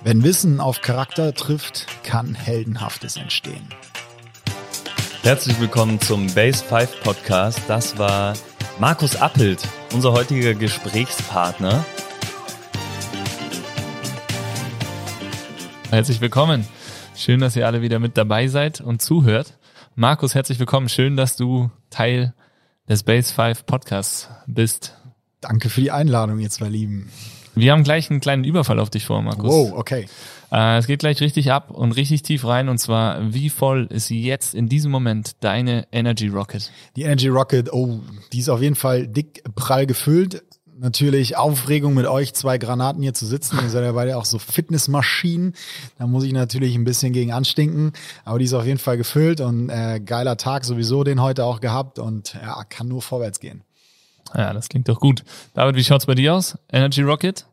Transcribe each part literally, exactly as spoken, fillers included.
Wenn Wissen auf Charakter trifft, kann Heldenhaftes entstehen. Herzlich willkommen zum Base fünf Podcast. Das war Markus Appelt, unser heutiger Gesprächspartner. Herzlich willkommen. Schön, dass ihr alle wieder mit dabei seid und zuhört. Markus, herzlich willkommen. Schön, dass du Teil des Base fünf Podcasts bist. Danke für die Einladung, ihr zwei Lieben. Wir haben gleich einen kleinen Überfall auf dich vor, Markus. Wow, okay. Äh, es geht gleich richtig ab und richtig tief rein. Und zwar, wie voll ist jetzt in diesem Moment deine Energy Rocket? Die Energy Rocket, oh, die ist auf jeden Fall dick prall gefüllt. Natürlich Aufregung, mit euch zwei Granaten hier zu sitzen. Ihr seid ja beide auch so Fitnessmaschinen. Da muss ich natürlich ein bisschen gegen anstinken. Aber die ist auf jeden Fall gefüllt und äh, geiler Tag sowieso den heute auch gehabt. Und ja, kann nur vorwärts gehen. Ja, das klingt doch gut. David, wie schaut's bei dir aus? Energy Rocket?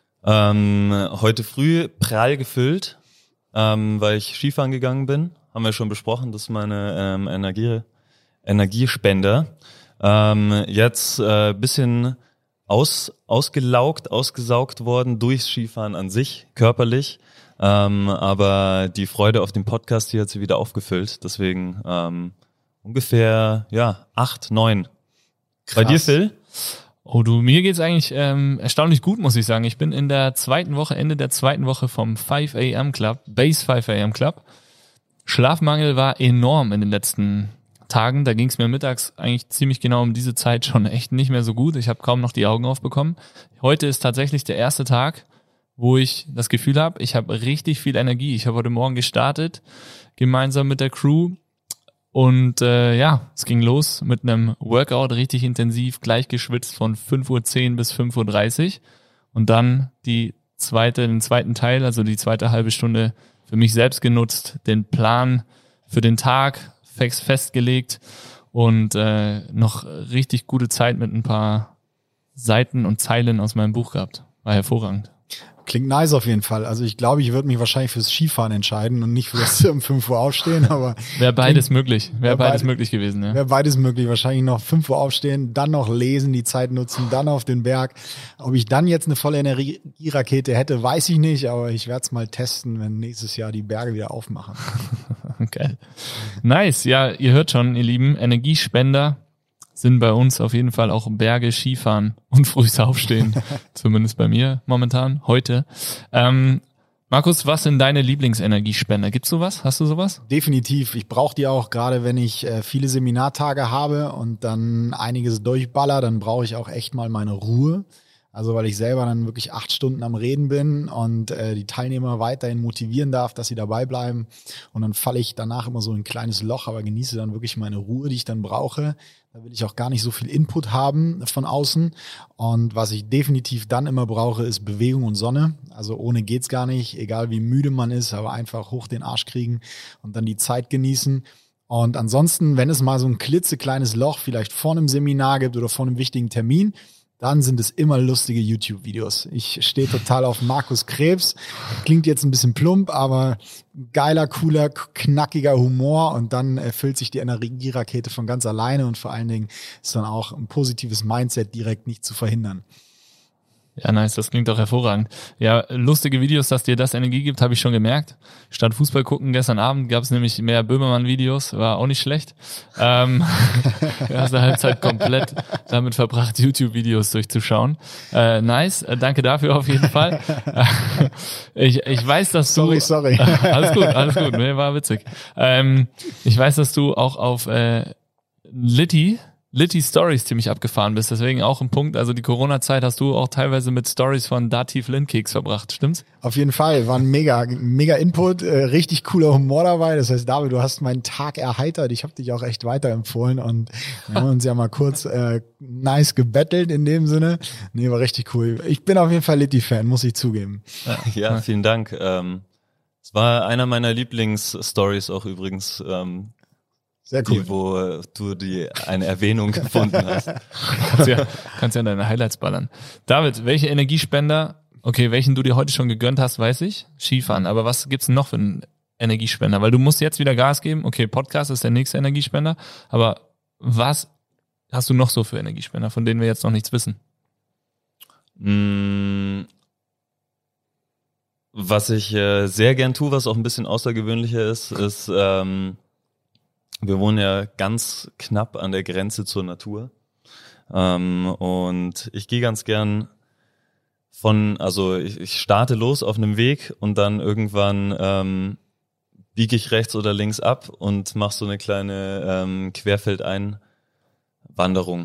Ähm, heute früh prall gefüllt, ähm, weil ich Skifahren gegangen bin. Haben wir schon besprochen, das ist meine ähm, Energie, Energiespender. Ähm, jetzt äh, bisschen aus, ausgelaugt, ausgesaugt worden durchs Skifahren an sich, körperlich. Ähm, aber die Freude auf den Podcast hier hat sie wieder aufgefüllt. Deswegen ähm, ungefähr ja acht, neun. Bei dir, Phil? Oh du, mir geht's eigentlich ähm, erstaunlich gut, muss ich sagen. Ich bin in der zweiten Woche, Ende der zweiten Woche vom fünf a m Club, Base fünf a m Club. Schlafmangel war enorm in den letzten Tagen. Da ging's mir mittags eigentlich ziemlich genau um diese Zeit schon echt nicht mehr so gut. Ich habe kaum noch die Augen aufbekommen. Heute ist tatsächlich der erste Tag, wo ich das Gefühl habe, ich habe richtig viel Energie. Ich habe heute Morgen gestartet, gemeinsam mit der Crew. Und äh, ja, es ging los mit einem Workout, richtig intensiv, gleich geschwitzt von fünf Uhr zehn bis fünf Uhr dreißig und dann die zweite, den zweiten Teil, also die zweite halbe Stunde für mich selbst genutzt, den Plan für den Tag fest festgelegt und äh, noch richtig gute Zeit mit ein paar Seiten und Zeilen aus meinem Buch gehabt. War hervorragend. Klingt nice auf jeden Fall. Also ich glaube, ich würde mich wahrscheinlich fürs Skifahren entscheiden und nicht für das um fünf Uhr aufstehen, aber wäre beides klingt, möglich. Wäre wär beides beid, möglich gewesen, ja. Wäre beides möglich. Wahrscheinlich noch fünf Uhr aufstehen, dann noch lesen, die Zeit nutzen, dann auf den Berg. Ob ich dann jetzt eine volle Energierakete hätte, weiß ich nicht, aber ich werde es mal testen, wenn nächstes Jahr die Berge wieder aufmachen. Geil. Nice. Ja, ihr hört schon, ihr Lieben, Energiespender sind bei uns auf jeden Fall auch Berge, Skifahren und frühs Aufstehen. Zumindest bei mir momentan, heute. Ähm, Markus, was sind deine Lieblingsenergiespender? Gibt's sowas? Hast du sowas? Definitiv. Ich brauche die auch, gerade wenn ich äh, viele Seminartage habe und dann einiges durchballer, dann brauche ich auch echt mal meine Ruhe. Also weil ich selber dann wirklich acht Stunden am Reden bin und äh, die Teilnehmer weiterhin motivieren darf, dass sie dabei bleiben. Und dann falle ich danach immer so in ein kleines Loch, aber genieße dann wirklich meine Ruhe, die ich dann brauche. Da will ich auch gar nicht so viel Input haben von außen. Und was ich definitiv dann immer brauche, ist Bewegung und Sonne. Also ohne geht's gar nicht, egal wie müde man ist, aber einfach hoch den Arsch kriegen und dann die Zeit genießen. Und ansonsten, wenn es mal so ein klitzekleines Loch vielleicht vor einem Seminar gibt oder vor einem wichtigen Termin, dann sind es immer lustige YouTube-Videos. Ich stehe total auf Markus Krebs. Klingt jetzt ein bisschen plump, aber geiler, cooler, knackiger Humor und dann erfüllt sich die Energierakete von ganz alleine und vor allen Dingen ist dann auch ein positives Mindset direkt nicht zu verhindern. Ja, nice, das klingt doch hervorragend. Ja, lustige Videos, dass dir das Energie gibt, habe ich schon gemerkt. Statt Fußball gucken gestern Abend gab es nämlich mehr Böhmermann-Videos, war auch nicht schlecht. Ähm, erste Halbzeit komplett damit verbracht, YouTube-Videos durchzuschauen. Äh, nice, danke dafür auf jeden Fall. ich, ich weiß, dass du... Sorry, sorry. alles gut, alles gut, nee, war witzig. Ähm, ich weiß, dass du auch auf äh, Litty... Litty Stories ziemlich abgefahren bist, deswegen auch ein Punkt, also die Corona-Zeit hast du auch teilweise mit Stories von Dativ Lindkeks verbracht, stimmt's? Auf jeden Fall, war ein mega, mega Input, äh, richtig cooler Humor dabei, das heißt, David, du hast meinen Tag erheitert, ich habe dich auch echt weiterempfohlen und wir haben uns ja mal kurz äh, nice gebettelt in dem Sinne, nee, war richtig cool. Ich bin auf jeden Fall Litty-Fan, muss ich zugeben. Ja, vielen Dank. Ähm, es war einer meiner Lieblings-Stories auch übrigens, ähm, Sehr cool. Die, wo du die eine Erwähnung gefunden hast. kannst, ja, kannst ja deine Highlights ballern. David, welche Energiespender, okay, welchen du dir heute schon gegönnt hast, weiß ich, Skifahren, aber was gibt's noch für einen Energiespender? Weil du musst jetzt wieder Gas geben, okay, Podcast ist der nächste Energiespender, aber was hast du noch so für Energiespender, von denen wir jetzt noch nichts wissen? Mm, Was ich äh, sehr gern tue, was auch ein bisschen außergewöhnlicher ist, ist, ähm, wir wohnen ja ganz knapp an der Grenze zur Natur. Ähm, und ich gehe ganz gern von, also ich, ich starte los auf einem Weg und dann irgendwann ähm, biege ich rechts oder links ab und mache so eine kleine ähm, Querfeldein-Wanderung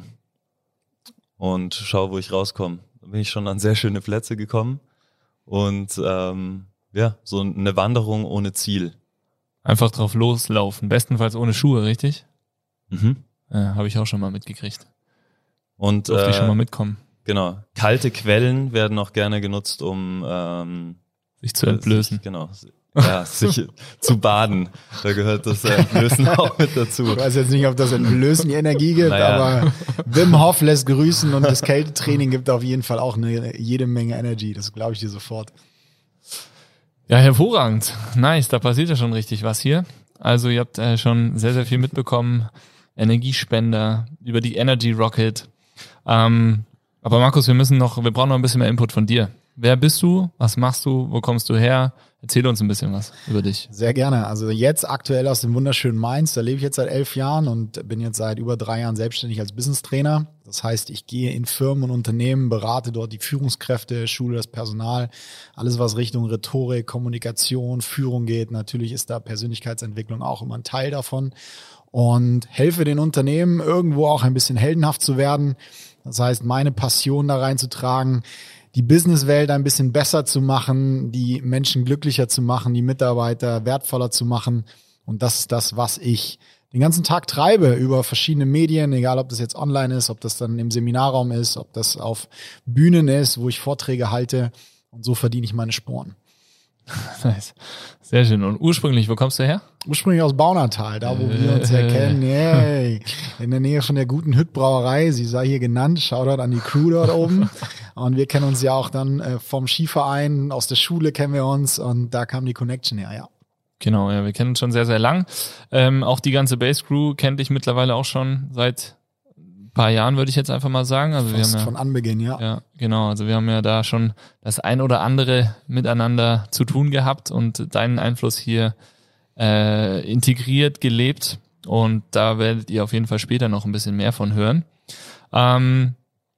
und schaue, wo ich rauskomme. Da bin ich schon an sehr schöne Plätze gekommen und ähm, ja, so eine Wanderung ohne Ziel. Einfach drauf loslaufen, bestenfalls ohne Schuhe, richtig? Mhm. Ja, habe ich auch schon mal mitgekriegt. Und Durfte äh, ich schon mal mitkommen. Genau. Kalte Quellen werden auch gerne genutzt, um ähm, Sich zu entblößen. Sich, genau. Ja, sich zu baden. Da gehört das Entblößen auch mit dazu. Ich weiß jetzt nicht, ob das Entblößen die Energie gibt, Naja. aber Wim Hof lässt grüßen und das Kältetraining gibt auf jeden Fall auch eine jede Menge Energy. Das glaube ich dir sofort. Ja, hervorragend. Nice, da passiert ja schon richtig was hier. Also ihr habt äh, schon sehr, sehr viel mitbekommen. Energiespender, über die Energy Rocket. Ähm, aber Markus, wir müssen noch, wir brauchen noch ein bisschen mehr Input von dir. Wer bist du? Was machst du? Wo kommst du her? Erzähl uns ein bisschen was über dich. Sehr gerne. Also jetzt aktuell aus dem wunderschönen Mainz, da lebe ich jetzt seit elf Jahren und bin jetzt seit über drei Jahren selbstständig als Business Trainer. Das heißt, ich gehe in Firmen und Unternehmen, berate dort die Führungskräfte, schule das Personal, alles was Richtung Rhetorik, Kommunikation, Führung geht. Natürlich ist da Persönlichkeitsentwicklung auch immer ein Teil davon und helfe den Unternehmen irgendwo auch ein bisschen heldenhaft zu werden. Das heißt, meine Passion da reinzutragen, die Businesswelt ein bisschen besser zu machen, die Menschen glücklicher zu machen, die Mitarbeiter wertvoller zu machen. Und das ist das, was ich den ganzen Tag treibe über verschiedene Medien, egal ob das jetzt online ist, ob das dann im Seminarraum ist, ob das auf Bühnen ist, wo ich Vorträge halte. Und so verdiene ich meine Sporen. Nice. Sehr schön. Und ursprünglich, wo kommst du her? Ursprünglich aus Baunatal, da wo wir uns herkennen. Yay. In der Nähe von der guten Hüttbrauerei, sie sei hier genannt. Shoutout an die Crew dort oben. Und wir kennen uns ja auch dann äh, vom Skiverein, aus der Schule kennen wir uns und da kam die Connection her, ja. Genau, ja, wir kennen uns schon sehr, sehr lang. Ähm, auch die ganze Base Crew kennt dich mittlerweile auch schon seit ein paar Jahren, würde ich jetzt einfach mal sagen. Also Fast wir haben ja, von Anbeginn, ja. ja, genau. Also wir haben ja da schon das ein oder andere miteinander zu tun gehabt und deinen Einfluss hier äh, integriert, gelebt. Und da werdet ihr auf jeden Fall später noch ein bisschen mehr von hören. Ähm,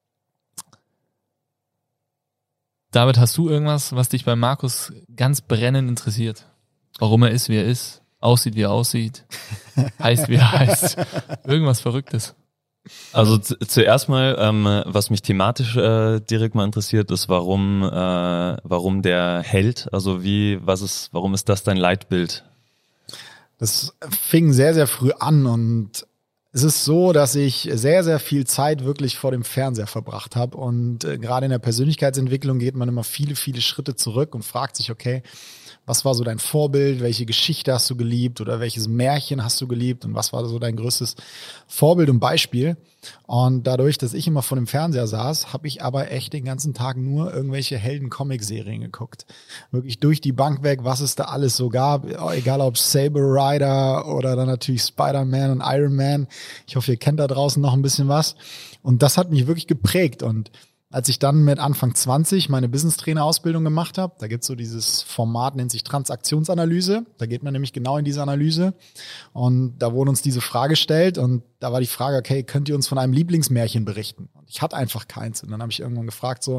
David, hast du irgendwas, was dich bei Markus ganz brennend interessiert? Warum er ist, wie er ist, aussieht, wie er aussieht, heißt, wie er heißt. Irgendwas Verrücktes. Also z- zuerst mal, ähm, was mich thematisch äh, direkt mal interessiert, ist, warum, äh, warum der Held, also wie, was ist, warum ist das dein Leitbild? Das fing sehr, sehr früh an und es ist so, dass ich sehr, sehr viel Zeit wirklich vor dem Fernseher verbracht habe und äh, gerade in der Persönlichkeitsentwicklung geht man immer viele, viele Schritte zurück und fragt sich, okay, was war so dein Vorbild, welche Geschichte hast du geliebt oder welches Märchen hast du geliebt und was war so dein größtes Vorbild und Beispiel? Und dadurch, dass ich immer vor dem Fernseher saß, habe ich aber echt den ganzen Tag nur irgendwelche Helden-Comic-Serien geguckt. Wirklich durch die Bank weg, was es da alles so gab, egal ob Saber Rider oder dann natürlich Spider-Man und Iron Man. Ich hoffe, ihr kennt da draußen noch ein bisschen was. Und das hat mich wirklich geprägt und als ich dann mit Anfang zwanzig meine Business-Trainer-Ausbildung gemacht habe, da gibt's so dieses Format, nennt sich Transaktionsanalyse. Da geht man nämlich genau in diese Analyse. Und da wurde uns diese Frage gestellt und da war die Frage, okay, könnt ihr uns von einem Lieblingsmärchen berichten? Und ich hatte einfach keins. Und dann habe ich irgendwann gefragt so,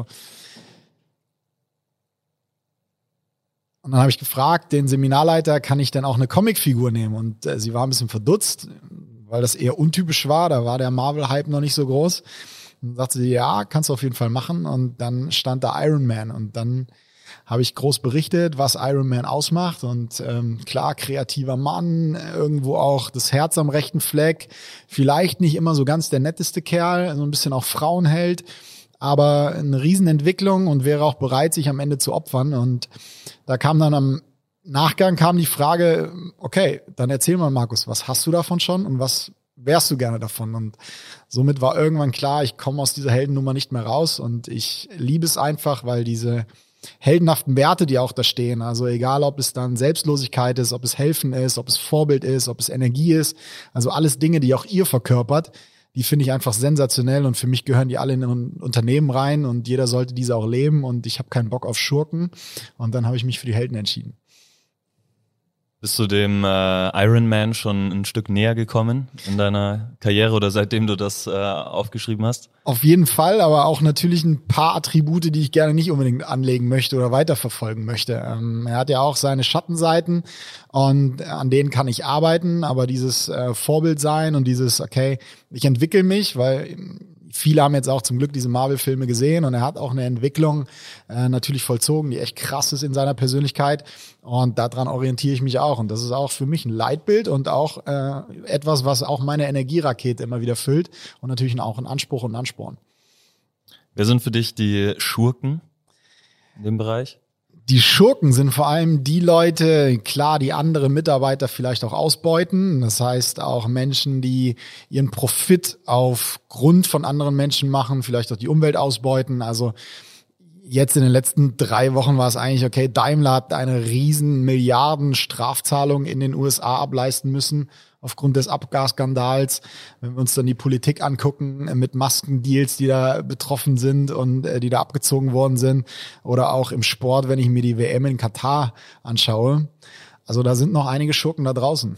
und dann habe ich gefragt, den Seminarleiter, kann ich denn auch eine Comicfigur nehmen? Und äh, sie war ein bisschen verdutzt, weil das eher untypisch war. Da war der Marvel-Hype noch nicht so groß. Und dann sagte sie, ja, kannst du auf jeden Fall machen. Und dann stand da Iron Man. Und dann habe ich groß berichtet, was Iron Man ausmacht. Und ähm, klar, kreativer Mann, irgendwo auch das Herz am rechten Fleck. Vielleicht nicht immer so ganz der netteste Kerl, so ein bisschen auch Frauenheld. Aber eine Riesenentwicklung und wäre auch bereit, sich am Ende zu opfern. Und da kam dann am Nachgang kam die Frage, okay, dann erzähl mal, Markus, was hast du davon schon und was wärst du gerne davon? Und somit war irgendwann klar, ich komme aus dieser Heldennummer nicht mehr raus und ich liebe es einfach, weil diese heldenhaften Werte, die auch da stehen, also egal, ob es dann Selbstlosigkeit ist, ob es Helfen ist, ob es Vorbild ist, ob es Energie ist, also alles Dinge, die auch ihr verkörpert, die finde ich einfach sensationell und für mich gehören die alle in ein Unternehmen rein und jeder sollte diese auch leben und ich habe keinen Bock auf Schurken und dann habe ich mich für die Helden entschieden. Bist du dem äh, Iron Man schon ein Stück näher gekommen in deiner Karriere oder seitdem du das äh, aufgeschrieben hast? Auf jeden Fall, aber auch natürlich ein paar Attribute, die ich gerne nicht unbedingt anlegen möchte oder weiterverfolgen möchte. Ähm, er hat ja auch seine Schattenseiten und an denen kann ich arbeiten, aber dieses äh, Vorbild sein und dieses, okay, ich entwickle mich, weil viele haben jetzt auch zum Glück diese Marvel-Filme gesehen und er hat auch eine Entwicklung äh, natürlich vollzogen, die echt krass ist in seiner Persönlichkeit und daran orientiere ich mich auch und das ist auch für mich ein Leitbild und auch äh, etwas, was auch meine Energierakete immer wieder füllt und natürlich auch ein Anspruch und ein Ansporn. Wer sind für dich die Schurken in dem Bereich? Die Schurken sind vor allem die Leute, klar, die andere Mitarbeiter vielleicht auch ausbeuten. Das heißt auch Menschen, die ihren Profit aufgrund von anderen Menschen machen, vielleicht auch die Umwelt ausbeuten. Also jetzt in den letzten drei Wochen war es eigentlich, okay, Daimler hat eine riesen Milliarden Strafzahlung in den U S A ableisten müssen aufgrund des Abgasskandals. Wenn wir uns dann die Politik angucken mit Maskendeals, die da betroffen sind und äh, die da abgezogen worden sind oder auch im Sport, wenn ich mir die W M in Katar anschaue. Also da sind noch einige Schurken da draußen.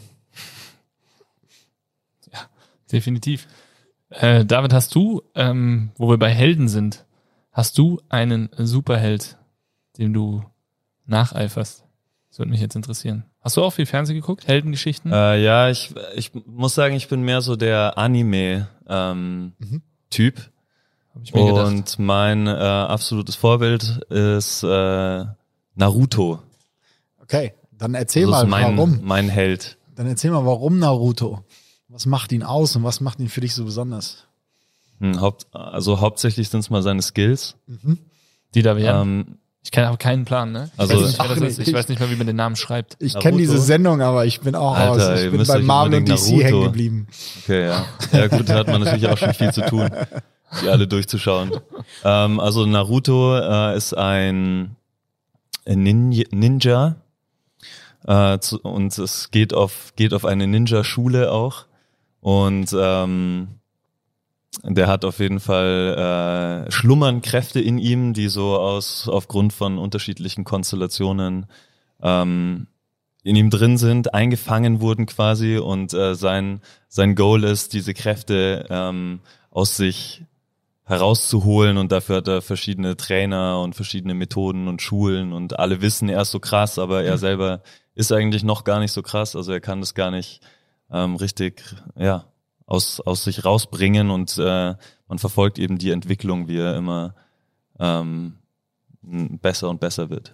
Ja, definitiv. Äh, David, hast du, ähm, wo wir bei Helden sind, hast du einen Superheld, dem du nacheiferst? Das würde mich jetzt interessieren. Hast du auch viel Fernsehen geguckt? Heldengeschichten? Äh, ja, ich, ich muss sagen, ich bin mehr so der Anime-Typ. Ähm, Mhm. Hab ich mir gedacht. Und mein äh, absolutes Vorbild ist äh, Naruto. Okay, dann erzähl Das mal, ist mein, warum. mein Held. Dann erzähl mal, warum Naruto? Was macht ihn aus und was macht ihn für dich so besonders? Hm, Haupt, also hauptsächlich sind es mal seine Skills. Die da wären? Ähm, Ich kenne aber keinen Plan, ne? Ich Also- weiß nicht, wer Ach, das nee, ist. Ich ich- weiß nicht mal, wie man den Namen schreibt. Ich Naruto? kenne diese Sendung, aber ich bin auch Alter, raus. ihr Ich bin müsst bei euch Marvel und unbedingt D C hängen Naruto. geblieben. Okay, ja. Ja gut, da hat man natürlich auch schon viel zu tun, die alle durchzuschauen. Ähm, also Naruto äh, ist ein Nin- Ninja äh, zu, und es geht auf geht auf eine Ninja-Schule auch und ähm, der hat auf jeden Fall äh, schlummern Kräfte in ihm, die so aus aufgrund von unterschiedlichen Konstellationen ähm, in ihm drin sind, eingefangen wurden quasi und äh, sein sein Goal ist, diese Kräfte ähm, aus sich herauszuholen und dafür hat er verschiedene Trainer und verschiedene Methoden und Schulen und alle wissen, er ist so krass, aber er selber ist eigentlich noch gar nicht so krass, also er kann das gar nicht ähm, richtig, ja, aus aus sich rausbringen und äh, man verfolgt eben die Entwicklung, wie er immer ähm, besser und besser wird.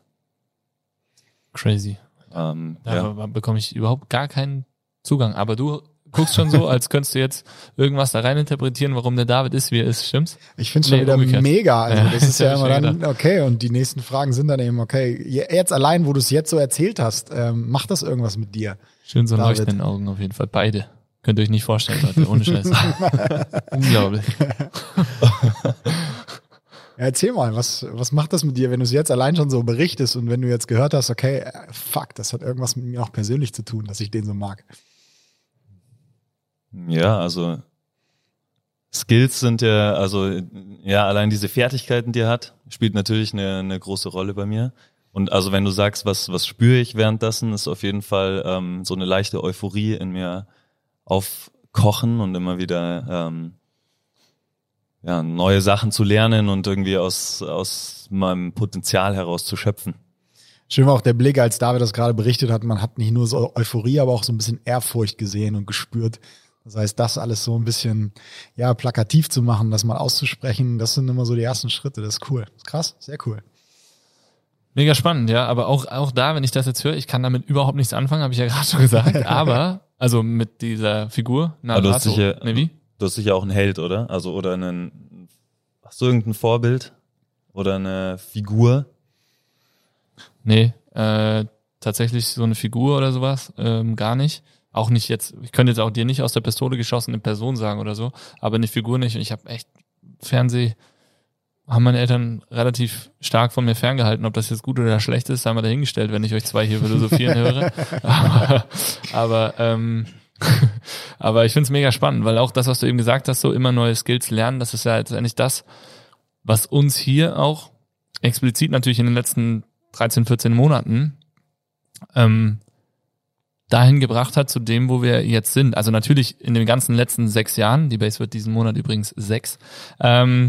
Crazy. Ähm, Da ja. bekomme ich überhaupt gar keinen Zugang. Aber du guckst schon so, als könntest du jetzt irgendwas da rein interpretieren, warum der David ist, wie er ist, stimmt's? Ich finde es schon Nee, wieder umgekehrt. mega. Also Ja, das ist das hab ja ich immer mir dann, okay, und die nächsten Fragen sind dann eben, okay, jetzt allein, wo du es jetzt so erzählt hast, ähm, macht das irgendwas mit dir? Schön so ein David. Leuchten in den Augen auf jeden Fall. Beide. Könnt ihr euch nicht vorstellen, Leute. Ohne Scheiß. Unglaublich. Ja, erzähl mal, was, was macht das mit dir, wenn du es jetzt allein schon so berichtest und wenn du jetzt gehört hast, okay, äh, fuck, das hat irgendwas mit mir auch persönlich zu tun, dass ich den so mag. Ja, also Skills sind ja, also ja, allein diese Fertigkeiten, die er hat, spielt natürlich eine, eine große Rolle bei mir. Und also wenn du sagst, was was spüre ich währenddessen, ist auf jeden Fall ähm, so eine leichte Euphorie in mir aufkochen und immer wieder ähm, ja, neue Sachen zu lernen und irgendwie aus aus meinem Potenzial heraus zu schöpfen. Schön war auch der Blick, als David das gerade berichtet hat, man hat nicht nur so Euphorie, aber auch so ein bisschen Ehrfurcht gesehen und gespürt. Das heißt, das alles so ein bisschen, ja, plakativ zu machen, das mal auszusprechen, das sind immer so die ersten Schritte, das ist cool. Das ist krass, sehr cool. Mega spannend, ja. Aber auch, auch da, wenn ich das jetzt höre, ich kann damit überhaupt nichts anfangen, habe ich ja gerade schon gesagt. Aber, also mit dieser Figur, Aber du hast Naruto, sicher, ne, wie? du hast sicher auch einen Held, oder? Also oder einen, hast du irgendein Vorbild oder eine Figur? Nee, äh, tatsächlich so eine Figur oder sowas, ähm, gar nicht. Auch nicht jetzt, ich könnte jetzt auch dir nicht aus der Pistole geschossene Person sagen oder so, aber eine Figur nicht. Und ich habe echt Fernseh, haben meine Eltern relativ stark von mir ferngehalten. Ob das jetzt gut oder schlecht ist, haben wir dahingestellt, wenn ich euch zwei hier philosophieren höre. Aber, aber ähm, Aber ich find's mega spannend, weil auch das, was du eben gesagt hast, so immer neue Skills lernen, das ist ja letztendlich das, was uns hier auch explizit natürlich in den letzten dreizehn, vierzehn Monaten ähm, dahin gebracht hat zu dem, wo wir jetzt sind. Also natürlich in den ganzen letzten sechs Jahren, die Base wird diesen Monat übrigens sechs. Ähm,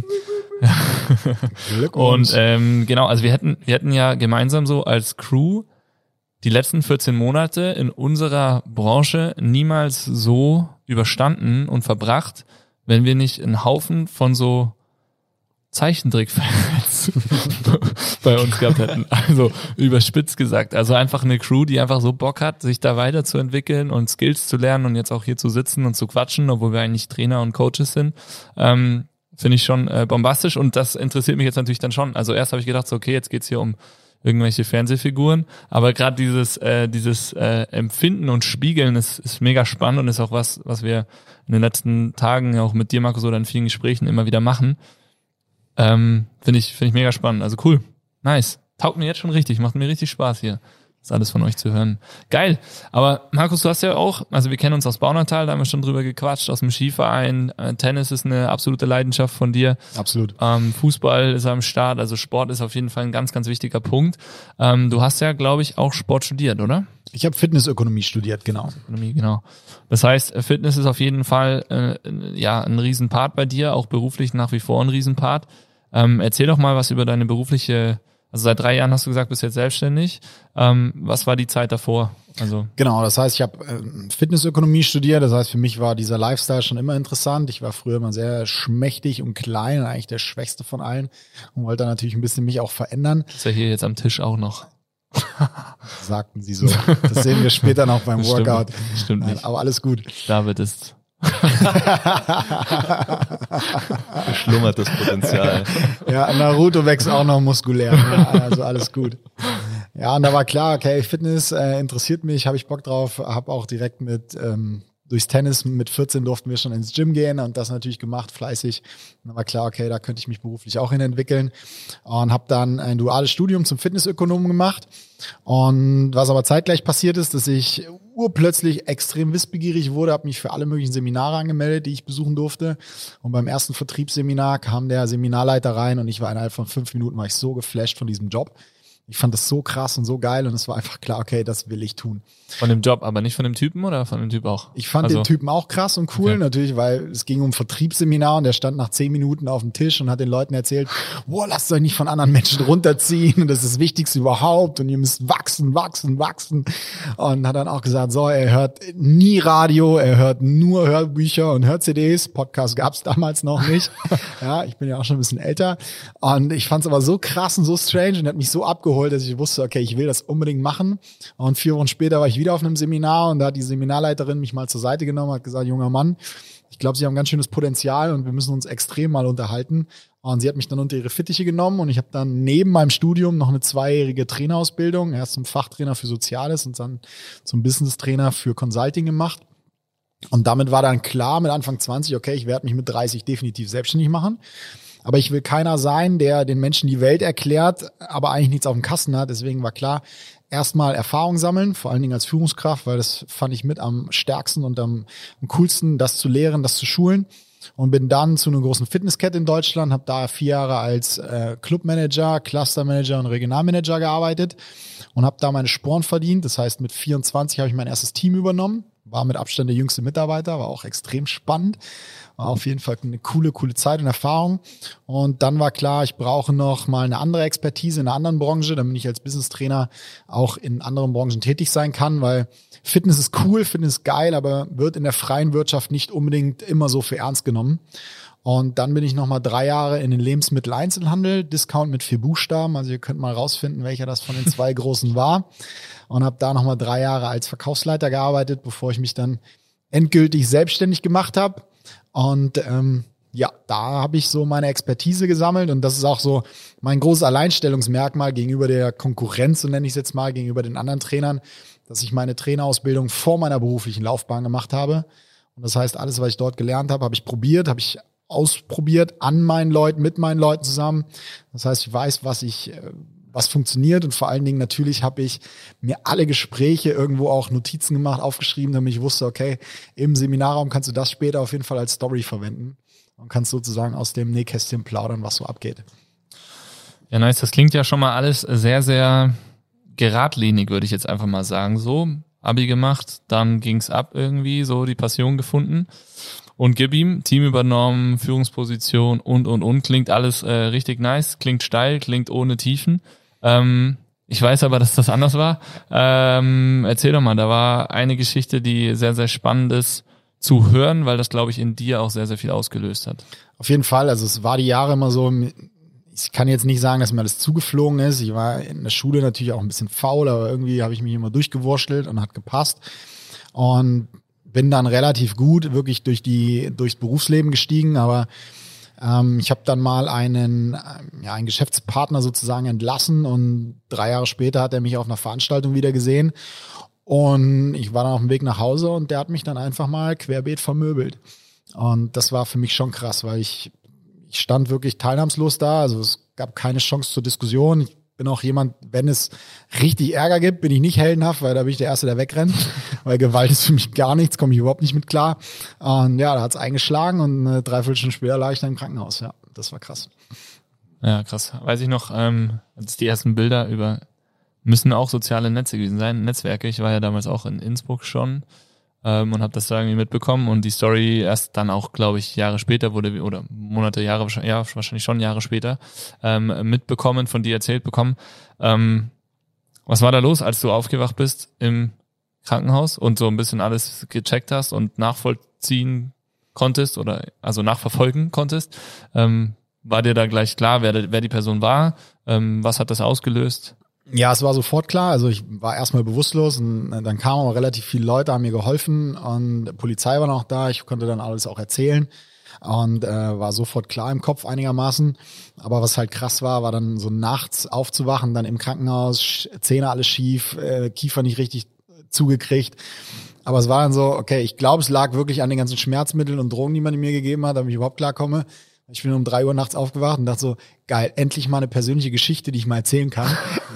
und ähm, genau, also wir hätten, wir hätten ja gemeinsam so als Crew die letzten vierzehn Monate in unserer Branche niemals so überstanden und verbracht, wenn wir nicht einen Haufen von so Zeichentrickfans bei uns gehabt hätten. Also überspitzt gesagt. Also einfach eine Crew, die einfach so Bock hat, sich da weiterzuentwickeln und Skills zu lernen und jetzt auch hier zu sitzen und zu quatschen, obwohl wir eigentlich Trainer und Coaches sind. Ähm, finde ich schon äh, bombastisch und das interessiert mich jetzt natürlich dann schon. Also erst habe ich gedacht, so, okay, jetzt geht's hier um irgendwelche Fernsehfiguren, aber gerade dieses äh, dieses äh, Empfinden und Spiegeln ist, ist mega spannend und ist auch was, was wir in den letzten Tagen auch mit dir, Markus, oder in vielen Gesprächen immer wieder machen. Ähm, finde ich, finde ich mega spannend. Also cool. Nice. Taugt mir jetzt schon richtig. Macht mir richtig Spaß hier, das alles von euch zu hören. Geil. Aber Markus, du hast ja auch, also wir kennen uns aus Baunatal, da haben wir schon drüber gequatscht, aus dem Skiverein. Äh, Tennis ist eine absolute Leidenschaft von dir. Absolut. Ähm, Fußball ist am Start, also Sport ist auf jeden Fall ein ganz, ganz wichtiger Punkt. Ähm, du hast ja, glaube ich, auch Sport studiert, oder? Ich habe Fitnessökonomie studiert, genau. Ökonomie, genau. Das heißt, Fitness ist auf jeden Fall äh, ja ein Riesenpart bei dir, auch beruflich nach wie vor ein Riesenpart. Ähm, erzähl doch mal was über deine berufliche, also seit drei Jahren hast du gesagt, bist jetzt selbstständig. Ähm, was war die Zeit davor? Also Genau, das heißt, ich habe äh, Fitnessökonomie studiert, das heißt, für mich war dieser Lifestyle schon immer interessant. Ich war früher immer sehr schmächtig und klein, eigentlich der Schwächste von allen und wollte dann natürlich ein bisschen mich auch verändern. ist ja hier jetzt am Tisch auch noch. Sagten sie so. Das sehen wir später noch beim Das stimmt, Workout. stimmt Nein, nicht. aber alles gut. David ist Geschlummertes Potenzial. Ja, Naruto wächst auch noch muskulär. Ja, also alles gut. Ja, und da war klar, okay, Fitness äh, interessiert mich, habe ich Bock drauf, habe auch direkt mit ähm, durchs Tennis mit vierzehn durften wir schon ins Gym gehen und das natürlich gemacht, fleißig. Und dann war klar, okay, da könnte ich mich beruflich auch hin entwickeln und habe dann ein duales Studium zum Fitnessökonomen gemacht. Und was aber zeitgleich passiert ist, dass ich urplötzlich extrem wissbegierig wurde, habe mich für alle möglichen Seminare angemeldet, die ich besuchen durfte. Und beim ersten Vertriebsseminar kam der Seminarleiter rein und ich war innerhalb von fünf Minuten war ich so geflasht von diesem Job. Ich fand das so krass und so geil und es war einfach klar, okay, das will ich tun. von dem Job, aber nicht von dem Typen oder von dem Typ auch? Ich fand also, den Typen auch krass und cool, okay. Natürlich, weil es ging um Vertriebsseminar und der stand nach zehn Minuten auf dem Tisch und hat den Leuten erzählt, boah, lasst euch nicht von anderen Menschen runterziehen und das ist das Wichtigste überhaupt und ihr müsst wachsen, wachsen, wachsen. Und hat dann auch gesagt, so, er hört nie Radio, er hört nur Hörbücher und hört C Ds. Podcast gab's damals noch nicht. Ja, ich bin ja auch schon ein bisschen älter. Und ich fand's aber so krass und so strange und hat mich so abgeholt, dass ich wusste, okay, ich will das unbedingt machen. Und vier Wochen später war ich wieder auf einem Seminar und da hat die Seminarleiterin mich mal zur Seite genommen, hat gesagt, junger Mann, ich glaube, Sie haben ganz schönes Potenzial und wir müssen uns extrem mal unterhalten. Und sie hat mich dann unter ihre Fittiche genommen und ich habe dann neben meinem Studium noch eine zweijährige Trainerausbildung, erst zum Fachtrainer für Soziales und dann zum Business-Trainer für Consulting gemacht. Und damit war dann klar mit Anfang zwanzig, okay, ich werde mich mit dreißig definitiv selbstständig machen. Aber ich will keiner sein, der den Menschen die Welt erklärt, aber eigentlich nichts auf dem Kasten hat. Deswegen war klar, erstmal Erfahrung sammeln, vor allen Dingen als Führungskraft, weil das fand ich mit am stärksten und am, am coolsten, das zu lehren, das zu schulen. Und bin dann zu einer großen Fitnesskette in Deutschland, habe da vier Jahre als äh, Clubmanager, Clustermanager und Regionalmanager gearbeitet und habe da meine Sporen verdient. Das heißt, mit vierundzwanzig habe ich mein erstes Team übernommen, war mit Abstand der jüngste Mitarbeiter, war auch extrem spannend. War auf jeden Fall eine coole, coole Zeit und Erfahrung. Und dann war klar, ich brauche noch mal eine andere Expertise in einer anderen Branche, damit ich als Business-Trainer auch in anderen Branchen tätig sein kann, weil Fitness ist cool, Fitness ist geil, aber wird in der freien Wirtschaft nicht unbedingt immer so für ernst genommen. Und dann bin ich noch mal drei Jahre in den Lebensmitteleinzelhandel, Discount mit vier Buchstaben, also ihr könnt mal rausfinden, welcher das von den zwei großen war. Und habe da noch mal drei Jahre als Verkaufsleiter gearbeitet, bevor ich mich dann endgültig selbstständig gemacht habe. Und ähm, ja, da habe ich so meine Expertise gesammelt und das ist auch so mein großes Alleinstellungsmerkmal gegenüber der Konkurrenz, so nenne ich es jetzt mal, gegenüber den anderen Trainern, dass ich meine Trainerausbildung vor meiner beruflichen Laufbahn gemacht habe. Und das heißt, alles, was ich dort gelernt habe, habe ich probiert, habe ich ausprobiert an meinen Leuten, mit meinen Leuten zusammen. Das heißt, ich weiß, was ich was funktioniert und vor allen Dingen natürlich habe ich mir alle Gespräche irgendwo auch Notizen gemacht, aufgeschrieben, damit ich wusste, okay, im Seminarraum kannst du das später auf jeden Fall als Story verwenden und kannst sozusagen aus dem Nähkästchen plaudern, was so abgeht. Ja, nice. Das klingt ja schon mal alles sehr, sehr geradlinig, würde ich jetzt einfach mal sagen. So, Abi gemacht, dann ging's ab irgendwie, so die Passion gefunden. Und gib ihm, Team übernommen, Führungsposition und, und, und. Klingt alles äh, richtig nice, klingt steil, klingt ohne Tiefen. Ähm, ich weiß aber, dass das anders war. Ähm, erzähl doch mal, da war eine Geschichte, die sehr, sehr spannend ist zu hören, weil das, glaube ich, in dir auch sehr, sehr viel ausgelöst hat. Auf jeden Fall, also es war die Jahre immer so, ich kann jetzt nicht sagen, dass mir alles zugeflogen ist. Ich war in der Schule natürlich auch ein bisschen faul, aber irgendwie habe ich mich immer durchgewurschtelt und hat gepasst. Und bin dann relativ gut wirklich durch die durchs Berufsleben gestiegen, aber ähm, ich habe dann mal einen ja einen Geschäftspartner sozusagen entlassen und drei Jahre später hat er mich auf einer Veranstaltung wieder gesehen und ich war dann auf dem Weg nach Hause und der hat mich dann einfach mal querbeet vermöbelt und das war für mich schon krass, weil ich ich stand wirklich teilnahmslos da, also es gab keine Chance zur Diskussion. Ich bin auch jemand, wenn es richtig Ärger gibt, bin ich nicht heldenhaft, weil da bin ich der Erste, der wegrennt. Weil Gewalt ist für mich gar nichts, komme ich überhaupt nicht mit klar. Und ja, da hat's eingeschlagen und eine Dreiviertelstunde später lag ich dann im Krankenhaus. Ja, das war krass. Ja, krass. Weiß ich noch, ähm, als die ersten Bilder über, müssen auch soziale Netze gewesen sein, Netzwerke. Ich war ja damals auch in Innsbruck schon ähm, und habe das da irgendwie mitbekommen. Und die Story erst dann auch, glaube ich, Jahre später wurde, oder Monate, Jahre, ja, wahrscheinlich schon Jahre später, ähm, mitbekommen, von dir erzählt bekommen. Ähm, was war da los, als du aufgewacht bist im Krankenhaus und so ein bisschen alles gecheckt hast und nachvollziehen konntest oder also nachverfolgen konntest? Ähm, war dir da gleich klar, wer, wer die Person war? Ähm, was hat das ausgelöst? Ja, es war sofort klar. Also ich war erstmal bewusstlos und dann kamen aber relativ viele Leute, haben mir geholfen und die Polizei war noch da. Ich konnte dann alles auch erzählen und äh, war sofort klar im Kopf einigermaßen. Aber was halt krass war, war dann so nachts aufzuwachen, dann im Krankenhaus, Zähne alles schief, äh, Kiefer nicht richtig zugekriegt. Aber es war dann so, okay, ich glaube, es lag wirklich an den ganzen Schmerzmitteln und Drogen, die man mir gegeben hat, damit ich überhaupt klarkomme. Ich bin um drei Uhr nachts aufgewacht und dachte so, geil, endlich mal eine persönliche Geschichte, die ich mal erzählen kann.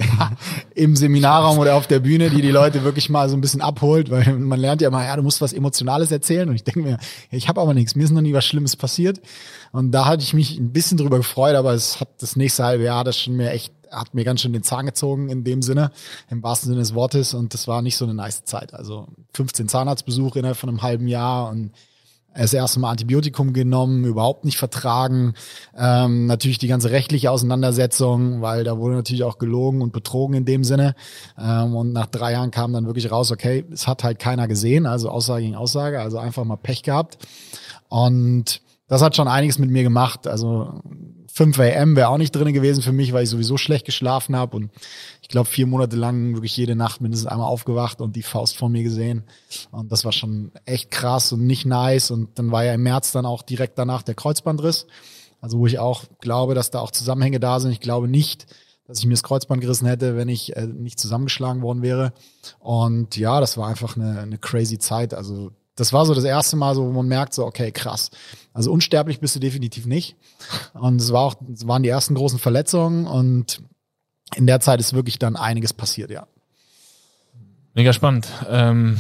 Im Seminarraum oder auf der Bühne, die die Leute wirklich mal so ein bisschen abholt, weil man lernt ja immer, ja, du musst was Emotionales erzählen. Und ich denke mir, ja, ich habe aber nichts, mir ist noch nie was Schlimmes passiert. Und da hatte ich mich ein bisschen drüber gefreut, aber es hat das nächste halbe Jahr, das schon mir echt, hat mir ganz schön den Zahn gezogen in dem Sinne, im wahrsten Sinne des Wortes. Und das war nicht so eine nice Zeit. Also fünfzehn Zahnarztbesuche innerhalb von einem halben Jahr und das erste Mal Antibiotikum genommen, überhaupt nicht vertragen. Ähm, natürlich die ganze rechtliche Auseinandersetzung, weil da wurde natürlich auch gelogen und betrogen in dem Sinne. Ähm, und nach drei Jahren kam dann wirklich raus, okay, es hat halt keiner gesehen, also Aussage gegen Aussage, also einfach mal Pech gehabt. Und das hat schon einiges mit mir gemacht. Also fünf A M wäre auch nicht drin gewesen für mich, weil ich sowieso schlecht geschlafen habe und ich glaube vier Monate lang wirklich jede Nacht mindestens einmal aufgewacht und die Faust vor mir gesehen und das war schon echt krass und nicht nice und dann war ja im März dann auch direkt danach der Kreuzbandriss, also wo ich auch glaube, dass da auch Zusammenhänge da sind. Ich glaube nicht, dass ich mir das Kreuzband gerissen hätte, wenn ich äh, nicht zusammengeschlagen worden wäre und ja, das war einfach eine, eine crazy Zeit, also das war so das erste Mal, so, wo man merkt, so, okay, krass. Also unsterblich bist du definitiv nicht. Und es war auch, es waren die ersten großen Verletzungen und in der Zeit ist wirklich dann einiges passiert, ja. Mega spannend. Ähm,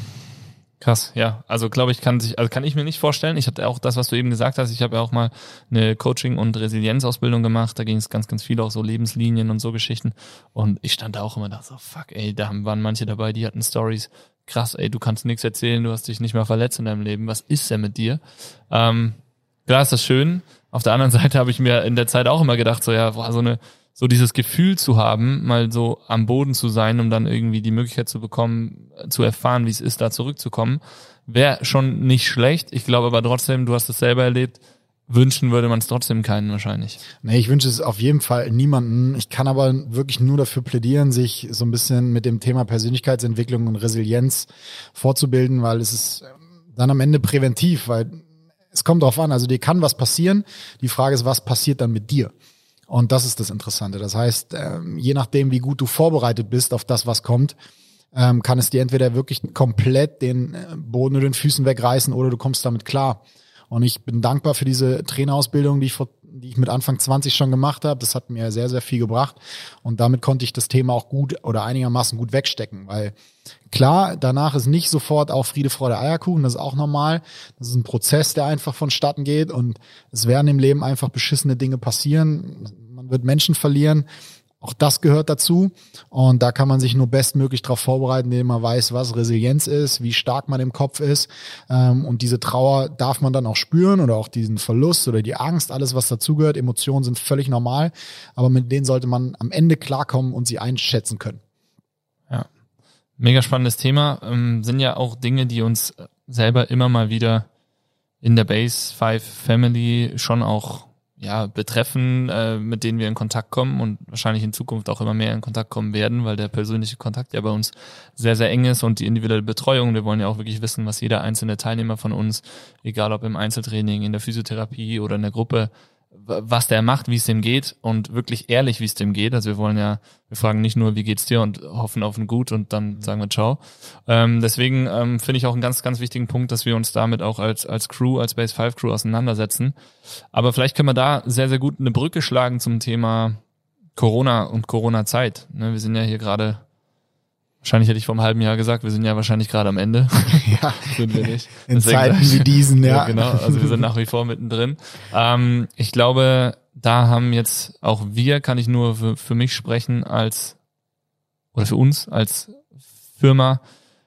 krass, ja. Also glaube ich, kann sich, also kann ich mir nicht vorstellen. Ich hatte auch das, was du eben gesagt hast. Ich habe ja auch mal eine Coaching- und Resilienzausbildung gemacht. Da ging es ganz, ganz viel auch so Lebenslinien und so Geschichten. Und ich stand da auch immer und dachte so, fuck, ey, da waren manche dabei, die hatten Stories. Krass, ey, du kannst nichts erzählen, du hast dich nicht mal verletzt in deinem Leben. Was ist denn mit dir? Ähm, klar ist das schön. Auf der anderen Seite habe ich mir in der Zeit auch immer gedacht, so ja, boah, so eine, so dieses Gefühl zu haben, mal so am Boden zu sein, um dann irgendwie die Möglichkeit zu bekommen, zu erfahren, wie es ist, da zurückzukommen, wäre schon nicht schlecht. Ich glaube aber trotzdem, du hast es selber erlebt, wünschen würde man es trotzdem keinen wahrscheinlich. Nee, ich wünsche es auf jeden Fall niemanden. Ich kann aber wirklich nur dafür plädieren, sich so ein bisschen mit dem Thema Persönlichkeitsentwicklung und Resilienz vorzubilden, weil es ist dann am Ende präventiv, weil es kommt drauf an, also dir kann was passieren. Die Frage ist, was passiert dann mit dir? Und das ist das Interessante. Das heißt, je nachdem, wie gut du vorbereitet bist auf das, was kommt, kann es dir entweder wirklich komplett den Boden unter den Füßen wegreißen oder du kommst damit klar. Und ich bin dankbar für diese Trainerausbildung, die ich vor die ich mit Anfang zwanzig schon gemacht habe. Das hat mir sehr, sehr viel gebracht. Und damit konnte ich das Thema auch gut oder einigermaßen gut wegstecken. Weil klar, danach ist nicht sofort auch Friede, Freude, Eierkuchen. Das ist auch normal. Das ist ein Prozess, der einfach vonstatten geht. Und es werden im Leben einfach beschissene Dinge passieren. Man wird Menschen verlieren. Auch das gehört dazu. Und da kann man sich nur bestmöglich darauf vorbereiten, indem man weiß, was Resilienz ist, wie stark man im Kopf ist. Und diese Trauer darf man dann auch spüren oder auch diesen Verlust oder die Angst, alles, was dazugehört. Emotionen sind völlig normal, aber mit denen sollte man am Ende klarkommen und sie einschätzen können. Ja, mega spannendes Thema. Ähm, sind ja auch Dinge, die uns selber immer mal wieder in der Base Five Family schon auch ja, betreffen, äh, mit denen wir in Kontakt kommen und wahrscheinlich in Zukunft auch immer mehr in Kontakt kommen werden, weil der persönliche Kontakt ja bei uns sehr, sehr eng ist und die individuelle Betreuung. Wir wollen ja auch wirklich wissen, was jeder einzelne Teilnehmer von uns, egal ob im Einzeltraining, in der Physiotherapie oder in der Gruppe, was der macht, wie es dem geht und wirklich ehrlich, wie es dem geht. Also wir wollen ja, wir fragen nicht nur, wie geht's dir und hoffen auf ein Gut und dann sagen wir ciao. Ähm, deswegen ähm, finde ich auch einen ganz, ganz wichtigen Punkt, dass wir uns damit auch als als Crew, als Base Five Crew auseinandersetzen. Aber vielleicht können wir da sehr, sehr gut eine Brücke schlagen zum Thema Corona und Corona-Zeit. Ne, wir sind ja hier gerade, wahrscheinlich hätte ich vor einem halben Jahr gesagt, wir sind ja wahrscheinlich gerade am Ende. Ja, sind wir nicht. in Deswegen, Zeiten wie diesen, ja. ja. Genau, also wir sind nach wie vor mittendrin. Ähm, ich glaube, da haben jetzt auch wir, kann ich nur für, für mich sprechen, als, oder für uns als Firma,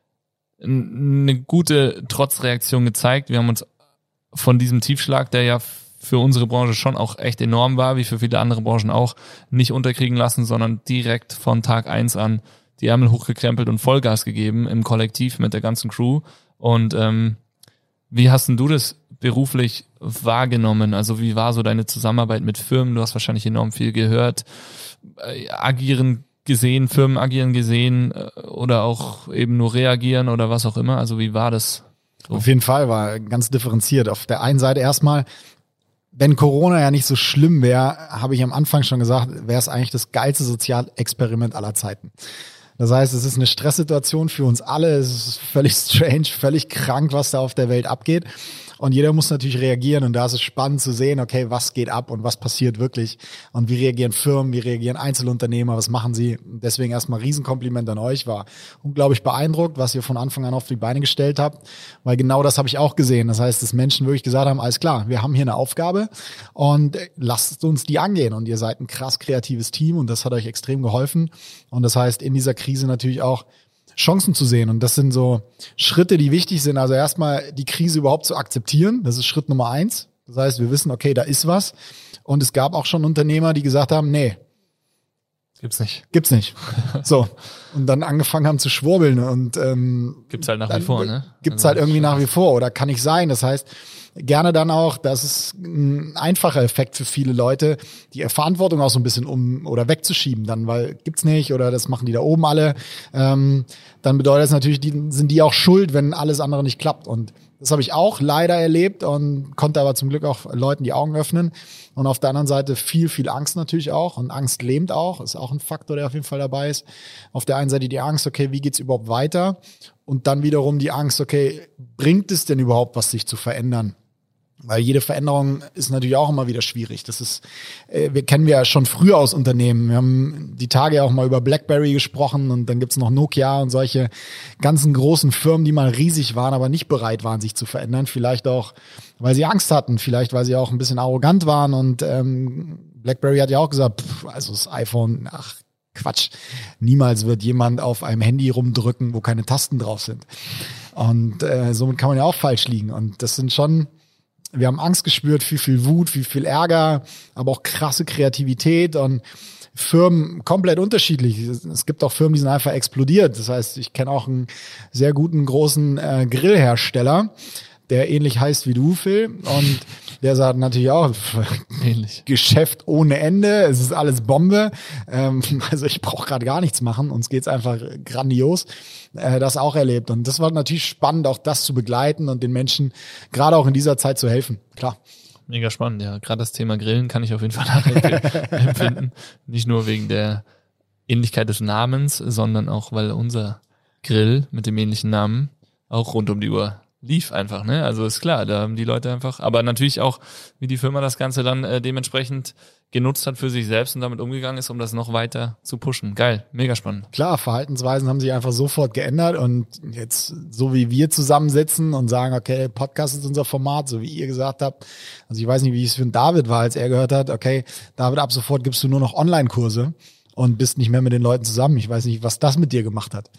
eine gute Trotzreaktion gezeigt. Wir haben uns von diesem Tiefschlag, der ja für unsere Branche schon auch echt enorm war, wie für viele andere Branchen auch, nicht unterkriegen lassen, sondern direkt von Tag eins an die Ärmel hochgekrempelt und Vollgas gegeben im Kollektiv mit der ganzen Crew. Und ähm, wie hast denn du das beruflich wahrgenommen? Also wie war so deine Zusammenarbeit mit Firmen? Du hast wahrscheinlich enorm viel gehört, äh, agieren gesehen, Firmen agieren gesehen äh, oder auch eben nur reagieren oder was auch immer. Also wie war das? So? Auf jeden Fall war ganz differenziert. Auf der einen Seite erstmal, wenn Corona ja nicht so schlimm wäre, habe ich am Anfang schon gesagt, wäre es eigentlich das geilste Sozialexperiment aller Zeiten. Das heißt, es ist eine Stresssituation für uns alle. Es ist völlig strange, völlig krank, was da auf der Welt abgeht. Und jeder muss natürlich reagieren. Und da ist es spannend zu sehen, okay, was geht ab und was passiert wirklich? Und wie reagieren Firmen, wie reagieren Einzelunternehmer, was machen sie? Deswegen erstmal Riesenkompliment an euch. War unglaublich beeindruckt, was ihr von Anfang an auf die Beine gestellt habt. Weil genau das habe ich auch gesehen. Das heißt, dass Menschen wirklich gesagt haben, alles klar, wir haben hier eine Aufgabe und lasst uns die angehen. Und ihr seid ein krass kreatives Team und das hat euch extrem geholfen. Und das heißt, in dieser Krise natürlich auch Chancen zu sehen. Und das sind so Schritte, die wichtig sind. Also erstmal die Krise überhaupt zu akzeptieren. Das ist Schritt Nummer eins. Das heißt, wir wissen, okay, da ist was. Und es gab auch schon Unternehmer, die gesagt haben, nee, Gibt's nicht. Gibt's nicht. So. Und dann angefangen haben zu schwurbeln und ähm, Gibt's halt nach wie vor, ne? Gibt's Also, halt irgendwie nach wie vor oder kann nicht sein. Das heißt, gerne dann auch, das ist ein einfacher Effekt für viele Leute, die Verantwortung auch so ein bisschen um oder wegzuschieben dann, weil gibt's nicht oder das machen die da oben alle. Ähm, dann bedeutet das natürlich, die, sind die auch schuld, wenn alles andere nicht klappt. Und das habe ich auch leider erlebt und konnte aber zum Glück auch Leuten die Augen öffnen. Und auf der anderen Seite viel, viel Angst natürlich auch. Und Angst lähmt auch, ist auch ein Faktor, der auf jeden Fall dabei ist. Auf der einen Seite die Angst, okay, wie geht's überhaupt weiter? Und dann wiederum die Angst, okay, bringt es denn überhaupt was, sich zu verändern? Weil jede Veränderung ist natürlich auch immer wieder schwierig. Das ist, äh, wir kennen wir ja schon früher aus Unternehmen. Wir haben die Tage ja auch mal über BlackBerry gesprochen und dann gibt's noch Nokia und solche ganzen großen Firmen, die mal riesig waren, aber nicht bereit waren, sich zu verändern. Vielleicht auch, weil sie Angst hatten, vielleicht weil sie auch ein bisschen arrogant waren und ähm, BlackBerry hat ja auch gesagt, pff, also das iPhone, ach Quatsch, niemals wird jemand auf einem Handy rumdrücken, wo keine Tasten drauf sind. Und äh, somit kann man ja auch falsch liegen. Und das sind schon Wir haben Angst gespürt, viel, viel Wut, viel, viel Ärger, aber auch krasse Kreativität und Firmen komplett unterschiedlich. Es gibt auch Firmen, die sind einfach explodiert. Das heißt, ich kenne auch einen sehr guten, großen äh, Grillhersteller, der ähnlich heißt wie du, Phil. Und der sagt natürlich auch, ähnlich. Geschäft ohne Ende, es ist alles Bombe. Ähm, also ich brauche gerade gar nichts machen, uns geht's einfach grandios. Äh, das auch erlebt. Und das war natürlich spannend, auch das zu begleiten und den Menschen gerade auch in dieser Zeit zu helfen. Klar. Mega spannend, ja. Gerade das Thema Grillen kann ich auf jeden Fall nachempfinden. Nicht nur wegen der Ähnlichkeit des Namens, sondern auch, weil unser Grill mit dem ähnlichen Namen auch rund um die Uhr lief einfach, ne? Also ist klar, da haben die Leute einfach, aber natürlich auch, wie die Firma das Ganze dann äh, dementsprechend genutzt hat für sich selbst und damit umgegangen ist, um das noch weiter zu pushen. Geil, mega spannend. Klar, Verhaltensweisen haben sich einfach sofort geändert und jetzt, so wie wir zusammensitzen und sagen, okay, Podcast ist unser Format, so wie ihr gesagt habt. Also ich weiß nicht, wie es für den David war, als er gehört hat, okay, David, ab sofort gibst du nur noch Online-Kurse und bist nicht mehr mit den Leuten zusammen. Ich weiß nicht, was das mit dir gemacht hat.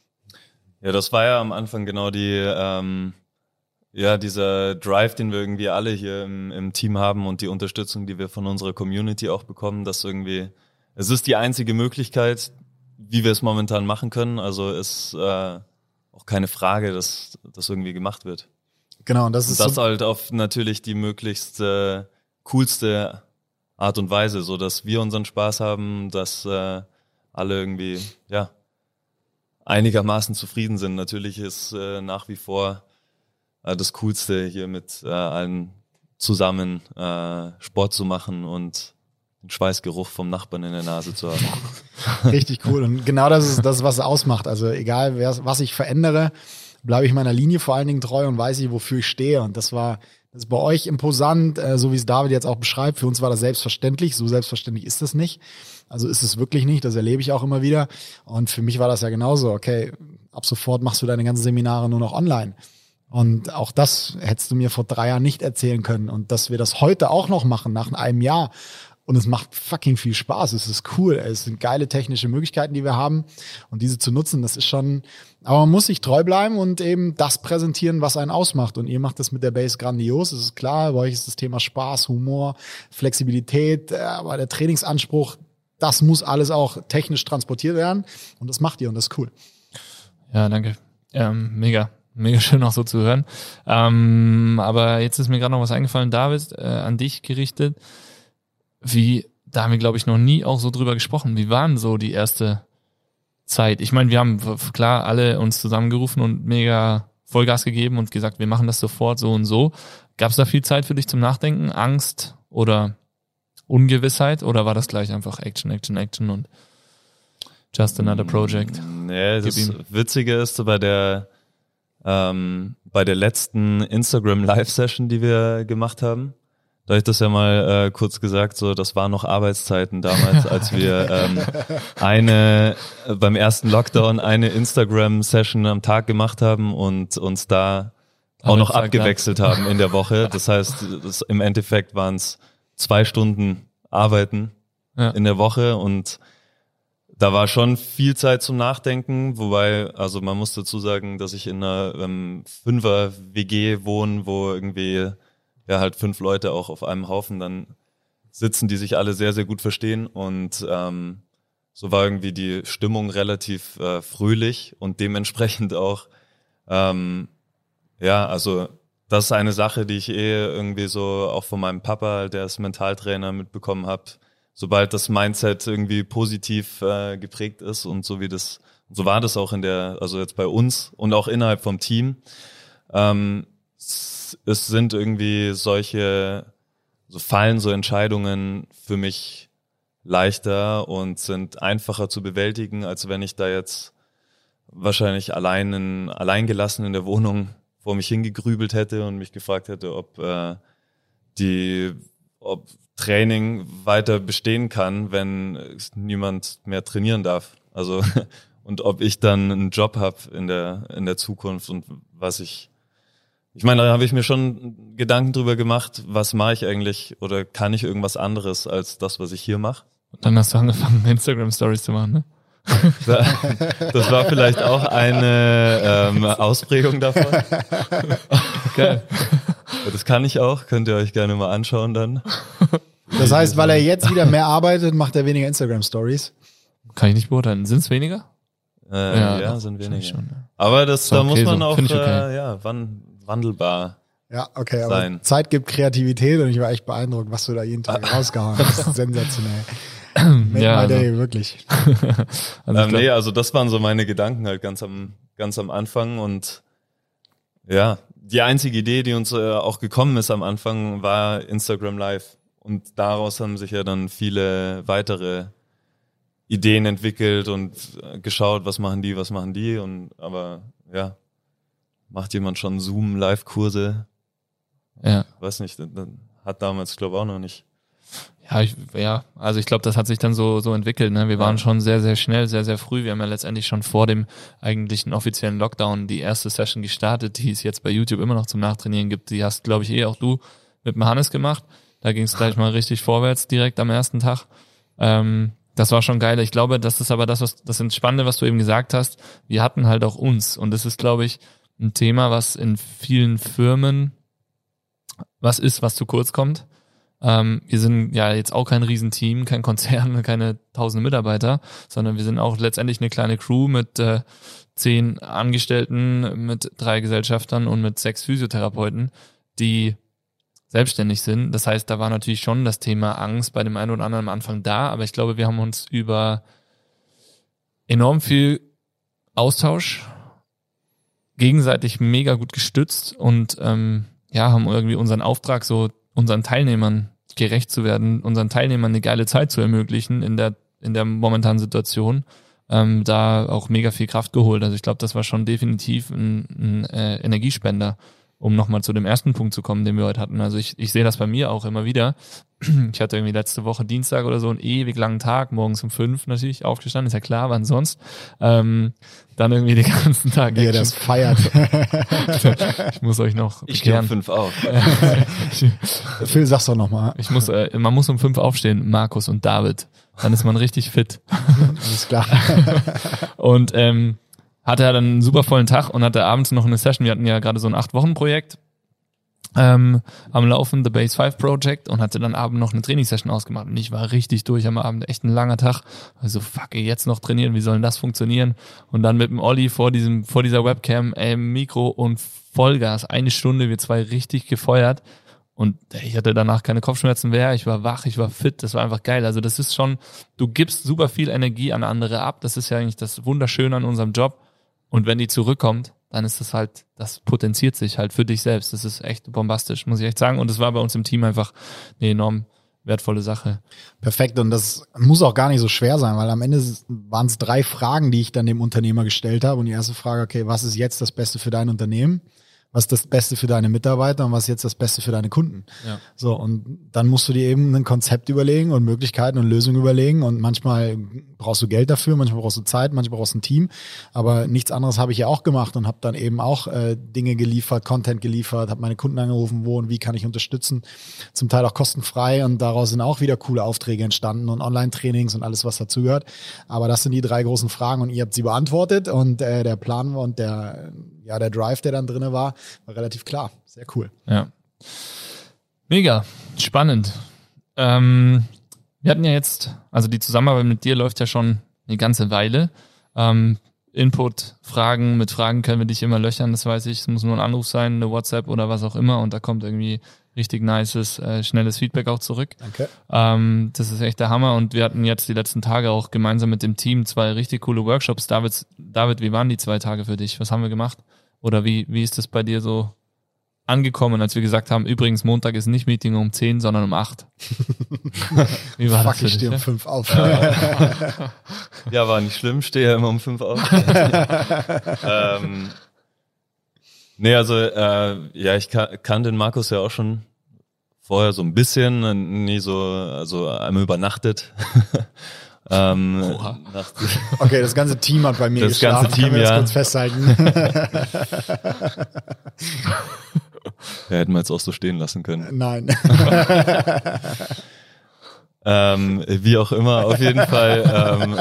Ja, das war ja am Anfang genau die, ähm, ja, dieser Drive, den wir irgendwie alle hier im, im Team haben und die Unterstützung, die wir von unserer Community auch bekommen, dass irgendwie, es ist die einzige Möglichkeit, wie wir es momentan machen können. Also ist äh, auch keine Frage, dass das irgendwie gemacht wird. Genau, und das ist und das so halt auf natürlich die möglichst äh, coolste Art und Weise, so dass wir unseren Spaß haben, dass äh, alle irgendwie, ja, einigermaßen zufrieden sind. Natürlich ist äh, nach wie vor äh, das Coolste, hier mit äh, allen zusammen äh, Sport zu machen und den Schweißgeruch vom Nachbarn in der Nase zu haben. richtig cool. Und genau das ist das, was es ausmacht. Also egal, wer, was ich verändere, bleibe ich meiner Linie vor allen Dingen treu und weiß ich, wofür ich stehe. Und das war das ist bei euch imposant, äh, so wie es David jetzt auch beschreibt. Für uns war das selbstverständlich. So selbstverständlich ist es nicht. Also ist es wirklich nicht. Das erlebe ich auch immer wieder. Und für mich war das ja genauso. Okay, ab sofort machst du deine ganzen Seminare nur noch online. Und auch das hättest du mir vor drei Jahren nicht erzählen können. Und dass wir das heute auch noch machen, nach einem Jahr. Und es macht fucking viel Spaß. Es ist cool. Es sind geile technische Möglichkeiten, die wir haben. Und diese zu nutzen, das ist schon, aber man muss sich treu bleiben und eben das präsentieren, was einen ausmacht. Und ihr macht das mit der Base grandios. Es ist klar, bei euch ist das Thema Spaß, Humor, Flexibilität, aber der Trainingsanspruch, das muss alles auch technisch transportiert werden. Und das macht ihr und das ist cool. Ja, danke. Ähm, mega. Mega schön auch so zu hören. Ähm, aber jetzt ist mir gerade noch was eingefallen, David, äh, an dich gerichtet. Wie, da haben wir, glaube ich, noch nie auch so drüber gesprochen. Wie war denn so die erste Zeit? Ich meine, wir haben klar alle uns zusammengerufen und mega Vollgas gegeben und gesagt, wir machen das sofort so und so. Gab es da viel Zeit für dich zum Nachdenken? Angst oder Ungewissheit? Oder war das gleich einfach Action, Action, Action und just another project? Nee, das Witzige ist, bei der ähm, bei der letzten Instagram Live-Session, die wir gemacht haben, da habe ich das ja mal äh, kurz gesagt, so das waren noch Arbeitszeiten damals, als wir ähm, eine äh, beim ersten Lockdown eine Instagram-Session am Tag gemacht haben und uns da auch noch abgewechselt haben in der Woche. Das heißt, das, im Endeffekt waren es zwei Stunden Arbeiten ja. in der Woche und da war schon viel Zeit zum Nachdenken, wobei, also man muss dazu sagen, dass ich in einer ähm, Fünfer-W G wohne, wo irgendwie ja halt fünf Leute auch auf einem Haufen dann sitzen, die sich alle sehr, sehr gut verstehen und ähm, so war irgendwie die Stimmung relativ äh, fröhlich und dementsprechend auch, ähm, ja, also das ist eine Sache, die ich eh irgendwie so auch von meinem Papa, der ist Mentaltrainer, mitbekommen habe. Sobald das Mindset irgendwie positiv äh, geprägt ist und so wie das, so war das auch in der, also jetzt bei uns und auch innerhalb vom Team, ähm, es, es sind irgendwie solche, so fallen so Entscheidungen für mich leichter und sind einfacher zu bewältigen, als wenn ich da jetzt wahrscheinlich allein in, allein gelassen in der Wohnung vor mich hingegrübelt hätte und mich gefragt hätte, ob äh, die, ob Training weiter bestehen kann, wenn niemand mehr trainieren darf. Also und ob ich dann einen Job habe in der in der Zukunft und was ich ich meine, da habe ich mir schon Gedanken drüber gemacht, was mache ich eigentlich oder kann ich irgendwas anderes als das, was ich hier mache? Und dann hast du angefangen, Instagram Stories zu machen, ne? Das war vielleicht auch eine ähm, Ausprägung davon. Geil. Das kann ich auch, könnt ihr euch gerne mal anschauen dann. Das heißt, weil er jetzt wieder mehr arbeitet, macht er weniger Instagram-Stories? Kann ich nicht beurteilen. Sind es weniger? Äh, ja, ja, sind weniger. Schon, ja. Aber das, da okay, muss man so. auch okay. äh, ja, wann, wandelbar Ja, okay, aber sein. Zeit gibt Kreativität und ich war echt beeindruckt, was du da jeden Tag rausgehauen hast. Das ist sensationell. Make ja, my also. day, wirklich. also ähm, nee, also das waren so meine Gedanken halt ganz am, ganz am Anfang und ja, die einzige Idee, die uns äh, auch gekommen ist am Anfang, war Instagram Live und daraus haben sich ja dann viele weitere Ideen entwickelt und äh, geschaut, was machen die, was machen die und aber ja, macht jemand schon Zoom-Live-Kurse? Ja. Weiß nicht, hat damals, glaube ich, auch noch nicht. Ja, ich, ja, also ich glaube, das hat sich dann so so entwickelt. Ne? Wir waren ja. schon sehr, sehr schnell, sehr, sehr früh. Wir haben ja letztendlich schon vor dem eigentlichen offiziellen Lockdown die erste Session gestartet, die es jetzt bei YouTube immer noch zum Nachtrainieren gibt. Die hast, glaube ich, eh auch du mit dem Hannes gemacht. Da ging es gleich mal richtig vorwärts direkt am ersten Tag. Ähm, das war schon geil. Ich glaube, das ist aber das, was das Spannende, was du eben gesagt hast. Wir hatten halt auch uns. Und das ist, glaube ich, ein Thema, was in vielen Firmen was ist, was zu kurz kommt. Ähm, wir sind ja jetzt auch kein Riesenteam, kein Konzern, keine tausende Mitarbeiter, sondern wir sind auch letztendlich eine kleine Crew mit äh, zehn Angestellten, mit drei Gesellschaftern und mit sechs Physiotherapeuten, die selbstständig sind. Das heißt, da war natürlich schon das Thema Angst bei dem einen oder anderen am Anfang da, aber ich glaube, wir haben uns über enorm viel Austausch gegenseitig mega gut gestützt und ähm, ja, haben irgendwie unseren Auftrag, so unseren Teilnehmern gerecht zu werden, unseren Teilnehmern eine geile Zeit zu ermöglichen in der in der momentanen Situation, ähm, da auch mega viel Kraft geholt. Also ich glaube, das war schon definitiv ein, ein äh, Energiespender, um nochmal zu dem ersten Punkt zu kommen, den wir heute hatten. Also ich, ich sehe das bei mir auch immer wieder. Ich hatte irgendwie letzte Woche Dienstag oder so einen ewig langen Tag, morgens um fünf natürlich aufgestanden, ist ja klar, wann sonst. Ähm, dann irgendwie den ganzen Tag. Wie ihr das feiert. Ich muss euch noch Ich gehe um fünf auf. Phil, sag's doch nochmal. Ich muss, äh, man muss um fünf aufstehen, Markus und David. Dann ist man richtig fit. Alles klar. Und ähm, hatte er dann einen super vollen Tag und hatte abends noch eine Session. Wir hatten ja gerade so ein acht-Wochen-Projekt ähm, am Laufen, The Base five Project, und hatte dann abends noch eine Trainingssession ausgemacht. Und ich war richtig durch am Abend, echt ein langer Tag. Also fuck, ey, jetzt noch trainieren, wie soll denn das funktionieren? Und dann mit dem Olli vor diesem vor dieser Webcam, ey, Mikro und Vollgas, eine Stunde, wir zwei richtig gefeuert. Und ich hatte danach keine Kopfschmerzen mehr, ich war wach, ich war fit, das war einfach geil. Also das ist schon, du gibst super viel Energie an andere ab. Das ist ja eigentlich das Wunderschöne an unserem Job. Und wenn die zurückkommt, dann ist das halt, das potenziert sich halt für dich selbst. Das ist echt bombastisch, muss ich echt sagen. Und es war bei uns im Team einfach eine enorm wertvolle Sache. Perfekt. Und das muss auch gar nicht so schwer sein, weil am Ende waren es drei Fragen, die ich dann dem Unternehmer gestellt habe. Und die erste Frage, okay, was ist jetzt das Beste für dein Unternehmen? Was ist das Beste für deine Mitarbeiter und was ist jetzt das Beste für deine Kunden? Ja. So, und dann musst du dir eben ein Konzept überlegen und Möglichkeiten und Lösungen überlegen, und manchmal brauchst du Geld dafür, manchmal brauchst du Zeit, manchmal brauchst du ein Team, aber nichts anderes habe ich ja auch gemacht und habe dann eben auch äh, Dinge geliefert, Content geliefert, habe meine Kunden angerufen, wo und wie kann ich unterstützen, zum Teil auch kostenfrei, und daraus sind auch wieder coole Aufträge entstanden und Online-Trainings und alles, was dazugehört. Aber das sind die drei großen Fragen und ihr habt sie beantwortet, und äh, der Plan und der ja der Drive, der dann drin war, war relativ klar. Sehr cool. Ja. Mega. Spannend. Ähm, wir hatten ja jetzt, also die Zusammenarbeit mit dir läuft ja schon eine ganze Weile. Ähm, Input, Fragen, mit Fragen können wir dich immer löchern, das weiß ich. Es muss nur ein Anruf sein, eine WhatsApp oder was auch immer, und da kommt irgendwie richtig nices, äh, schnelles Feedback auch zurück. Danke. Ähm, das ist echt der Hammer, und wir hatten jetzt die letzten Tage auch gemeinsam mit dem Team zwei richtig coole Workshops. David, David, wie waren die zwei Tage für dich? Was haben wir gemacht? Oder wie, wie ist das bei dir so angekommen, als wir gesagt haben, übrigens, Montag ist nicht Meeting um zehn, sondern um acht? Wie war Fuck, das für ich stehe dich, um fünf auf. Ja, war nicht schlimm, stehe ja immer um fünf auf. ähm, nee, also äh, ja, ich kan kannte den Markus ja auch schon vorher so ein bisschen, nie so, also einmal übernachtet. ähm, nach, okay, das ganze Team hat bei mir das geschlafen. ganze Team, Können wir das ja. kurz festhalten. Ja, hätten wir jetzt auch so stehen lassen können. Nein. ähm, wie auch immer, auf jeden Fall. Ähm,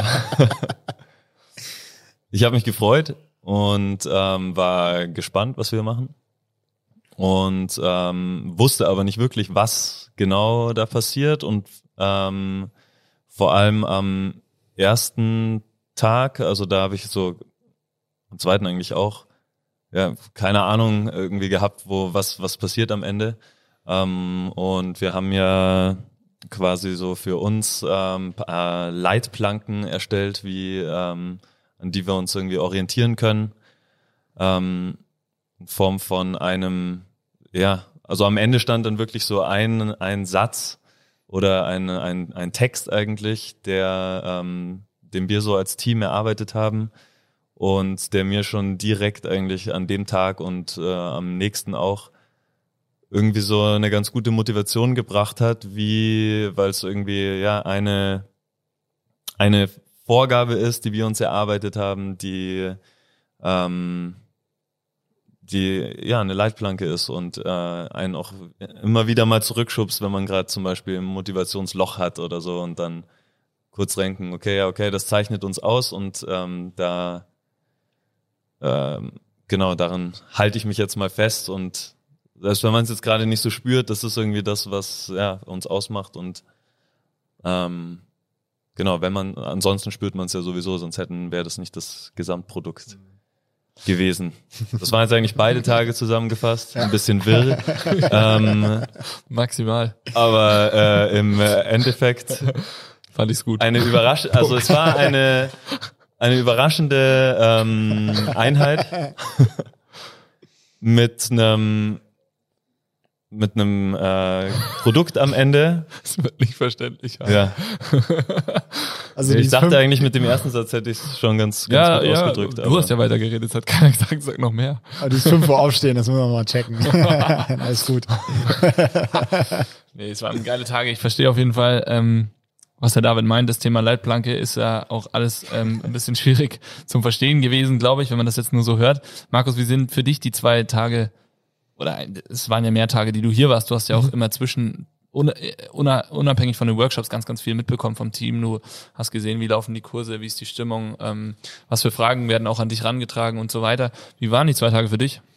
ich habe mich gefreut und ähm, war gespannt, was wir machen. Und ähm, wusste aber nicht wirklich, was genau da passiert. Und ähm, vor allem am ersten Tag, also da habe ich so, am zweiten eigentlich auch, ja, keine Ahnung irgendwie gehabt, wo was was passiert am Ende. Ähm, und wir haben ja quasi so für uns ähm, äh, Leitplanken erstellt, wie ähm, an die wir uns irgendwie orientieren können. Ähm, in Form von einem, ja, also am Ende stand dann wirklich so ein ein Satz oder ein ein ein Text eigentlich, der ähm, den wir so als Team erarbeitet haben. und der mir schon direkt eigentlich an dem Tag und äh, am nächsten auch irgendwie so eine ganz gute Motivation gebracht hat, wie, weil es irgendwie ja eine eine Vorgabe ist, die wir uns erarbeitet haben, die ähm, die ja eine Leitplanke ist und äh, einen auch immer wieder mal zurückschubst, wenn man gerade zum Beispiel ein Motivationsloch hat oder so und dann kurz denken, okay, ja, okay, das zeichnet uns aus und ähm, da ähm, genau, daran halte ich mich jetzt mal fest und selbst wenn man es jetzt gerade nicht so spürt, das ist irgendwie das, was ja uns ausmacht und ähm, genau, wenn man, ansonsten spürt man es ja sowieso, sonst hätten, wäre das nicht das Gesamtprodukt gewesen. Das waren jetzt eigentlich beide Tage zusammengefasst, ein bisschen wirr. ähm, Maximal. aber äh, im Endeffekt fand ich's gut. Eine Überraschung, also es war eine eine überraschende ähm, Einheit mit einem mit einem äh, Produkt am Ende. Das wird nicht verständlich. Ja. Also ich die dachte fünf- eigentlich, mit dem ersten Satz hätte ich es schon ganz, ganz Ja, gut ja, ausgedrückt. du aber hast ja weiter geredet, es hat keiner gesagt, sag noch mehr. Aber dieses fünf Uhr aufstehen, das müssen wir mal checken. Alles gut. Nee, es waren geile Tage. Ich verstehe auf jeden Fall, ähm, was der David meint. Das Thema Leitplanke ist ja auch alles ähm, ein bisschen schwierig zum Verstehen gewesen, glaube ich, wenn man das jetzt nur so hört. Markus, wie sind für dich die zwei Tage, oder es waren ja mehr Tage, die du hier warst. Du hast ja auch mhm. immer zwischen, unabhängig von den Workshops, ganz, ganz viel mitbekommen vom Team. Du hast gesehen, wie laufen die Kurse, wie ist die Stimmung, ähm, was für Fragen werden auch an dich rangetragen und so weiter. Wie waren die zwei Tage für dich?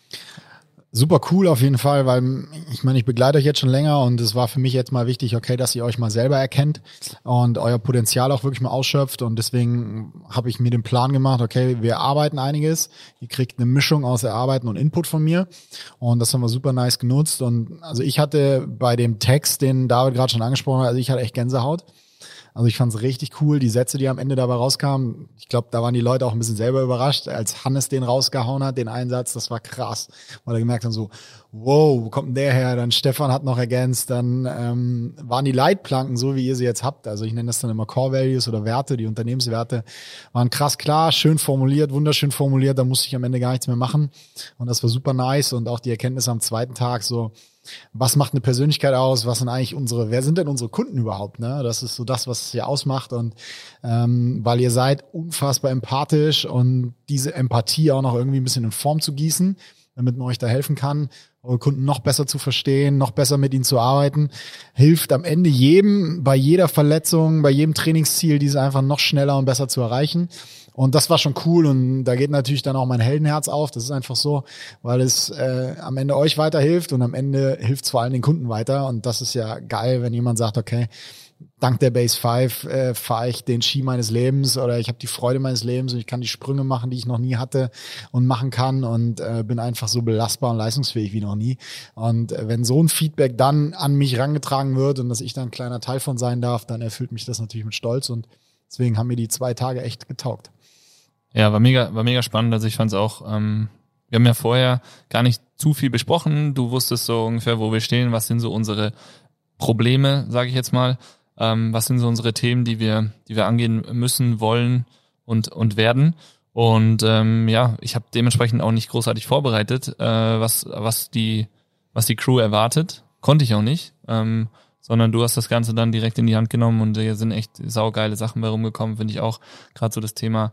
Super cool auf jeden Fall, weil ich meine, ich begleite euch jetzt schon länger und es war für mich jetzt mal wichtig, okay, dass ihr euch mal selber erkennt und euer Potenzial auch wirklich mal ausschöpft und deswegen habe ich mir den Plan gemacht, okay, wir arbeiten einiges, ihr kriegt eine Mischung aus Erarbeiten und Input von mir und das haben wir super nice genutzt und also ich hatte bei dem Text, den David gerade schon angesprochen hat, also ich hatte echt Gänsehaut. Also ich fand es richtig cool, die Sätze, die am Ende dabei rauskamen. Ich glaube, da waren die Leute auch ein bisschen selber überrascht, als Hannes den rausgehauen hat, den Einsatz, das war krass. Weil er gemerkt hat so, wow, wo kommt denn der her? Dann Stefan hat noch ergänzt, dann ähm, waren die Leitplanken so, wie ihr sie jetzt habt. Also ich nenne das dann immer Core Values oder Werte, die Unternehmenswerte waren krass klar, schön formuliert, wunderschön formuliert, da musste ich am Ende gar nichts mehr machen. Und das war super nice und auch die Erkenntnis am zweiten Tag so, was macht eine Persönlichkeit aus? Was sind eigentlich unsere, wer sind denn unsere Kunden überhaupt? Ne? Das ist so das, was es hier ausmacht. Und ähm, weil ihr seid unfassbar empathisch und diese Empathie auch noch irgendwie ein bisschen in Form zu gießen, damit man euch da helfen kann, eure Kunden noch besser zu verstehen, noch besser mit ihnen zu arbeiten, hilft am Ende jedem, bei jeder Verletzung, bei jedem Trainingsziel, diese einfach noch schneller und besser zu erreichen. Und das war schon cool und da geht natürlich dann auch mein Heldenherz auf. Das ist einfach so, weil es äh, am Ende euch weiterhilft und am Ende hilft es vor allem den Kunden weiter. Und das ist ja geil, wenn jemand sagt, okay, dank der Base fünf äh, fahre ich den Ski meines Lebens oder ich habe die Freude meines Lebens und ich kann die Sprünge machen, die ich noch nie hatte und machen kann und äh, bin einfach so belastbar und leistungsfähig wie noch nie. Und äh, wenn so ein Feedback dann an mich rangetragen wird und dass ich dann ein kleiner Teil von sein darf, dann erfüllt mich das natürlich mit Stolz und deswegen haben mir die zwei Tage echt getaugt. Ja, war mega, war mega spannend. Also ich fand es auch, ähm, wir haben ja vorher gar nicht zu viel besprochen. Du wusstest so ungefähr, wo wir stehen, was sind so unsere Probleme, sage ich jetzt mal. Ähm, was sind so unsere Themen, die wir, die wir angehen müssen, wollen und und werden. Und ähm, ja, ich habe dementsprechend auch nicht großartig vorbereitet, äh, was was die was die Crew erwartet. Konnte ich auch nicht. Ähm, sondern du hast das Ganze dann direkt in die Hand genommen und da sind echt saugeile Sachen bei rumgekommen, finde ich auch. Gerade so das Thema,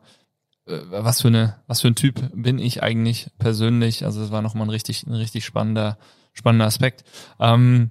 was für eine, was für ein Typ bin ich eigentlich persönlich? Also das war nochmal ein richtig, ein richtig spannender, spannender Aspekt. Ähm,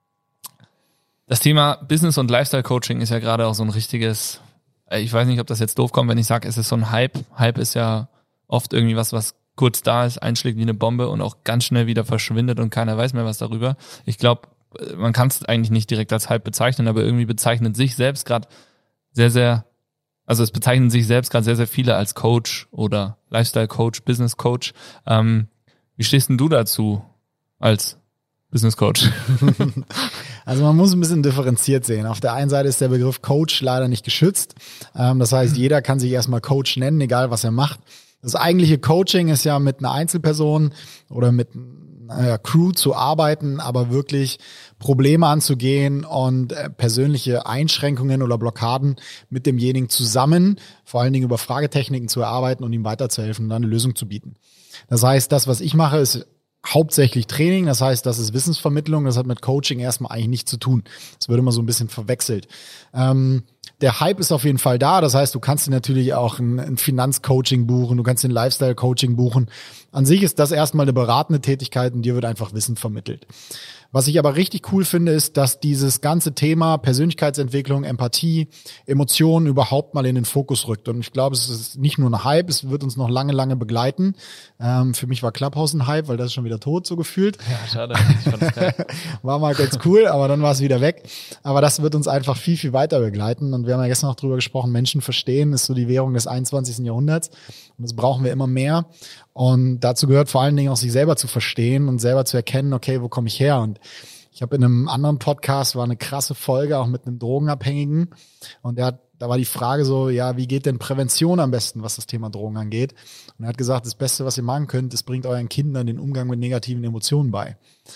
das Thema Business und Lifestyle Coaching ist ja gerade auch so ein richtiges, ich weiß nicht, ob das jetzt doof kommt, wenn ich sage, es ist so ein Hype. Hype ist ja oft irgendwie was, was kurz da ist, einschlägt wie eine Bombe und auch ganz schnell wieder verschwindet und keiner weiß mehr was darüber. Ich glaube, man kann es eigentlich nicht direkt als Hype bezeichnen, aber irgendwie bezeichnet sich selbst gerade sehr, sehr Also es bezeichnen sich selbst gerade sehr, sehr viele als Coach oder Lifestyle-Coach, Business-Coach. Ähm, wie stehst denn du dazu als Business-Coach? Also man muss ein bisschen differenziert sehen. Auf der einen Seite ist der Begriff Coach leider nicht geschützt. Ähm, das heißt, jeder kann sich erstmal Coach nennen, egal was er macht. Das eigentliche Coaching ist ja mit einer Einzelperson oder mit einer Crew zu arbeiten, aber wirklich Probleme anzugehen und äh, persönliche Einschränkungen oder Blockaden mit demjenigen zusammen, vor allen Dingen über Fragetechniken zu erarbeiten und ihm weiterzuhelfen und dann eine Lösung zu bieten. Das heißt, das, was ich mache, ist hauptsächlich Training, das heißt, das ist Wissensvermittlung, das hat mit Coaching erstmal eigentlich nichts zu tun. Das wird immer so ein bisschen verwechselt. Ähm, der Hype ist auf jeden Fall da, das heißt, du kannst dir natürlich auch ein, ein Finanzcoaching buchen, du kannst dir ein Lifestyle-Coaching buchen. An sich ist das erstmal eine beratende Tätigkeit und dir wird einfach Wissen vermittelt. Was ich aber richtig cool finde, ist, dass dieses ganze Thema Persönlichkeitsentwicklung, Empathie, Emotionen überhaupt mal in den Fokus rückt. Und ich glaube, es ist nicht nur ein Hype, es wird uns noch lange, lange begleiten. Ähm, für mich war Clubhouse ein Hype, weil das ist schon wieder tot, so gefühlt. Ja, schade. Ich fand's geil. War mal ganz cool, aber dann war es wieder weg. Aber das wird uns einfach viel, viel weiter begleiten. Und wir haben ja gestern noch drüber gesprochen, Menschen verstehen ist so die Währung des einundzwanzigsten Jahrhunderts. Und das brauchen wir immer mehr. Und dazu gehört vor allen Dingen auch, sich selber zu verstehen und selber zu erkennen, okay, wo komme ich her? Und ich habe in einem anderen Podcast, war eine krasse Folge, auch mit einem Drogenabhängigen. Und der hat, da war die Frage so, ja, wie geht denn Prävention am besten, was das Thema Drogen angeht? Und er hat gesagt, das Beste, was ihr machen könnt, ist, bringt euren Kindern den Umgang mit negativen Emotionen bei.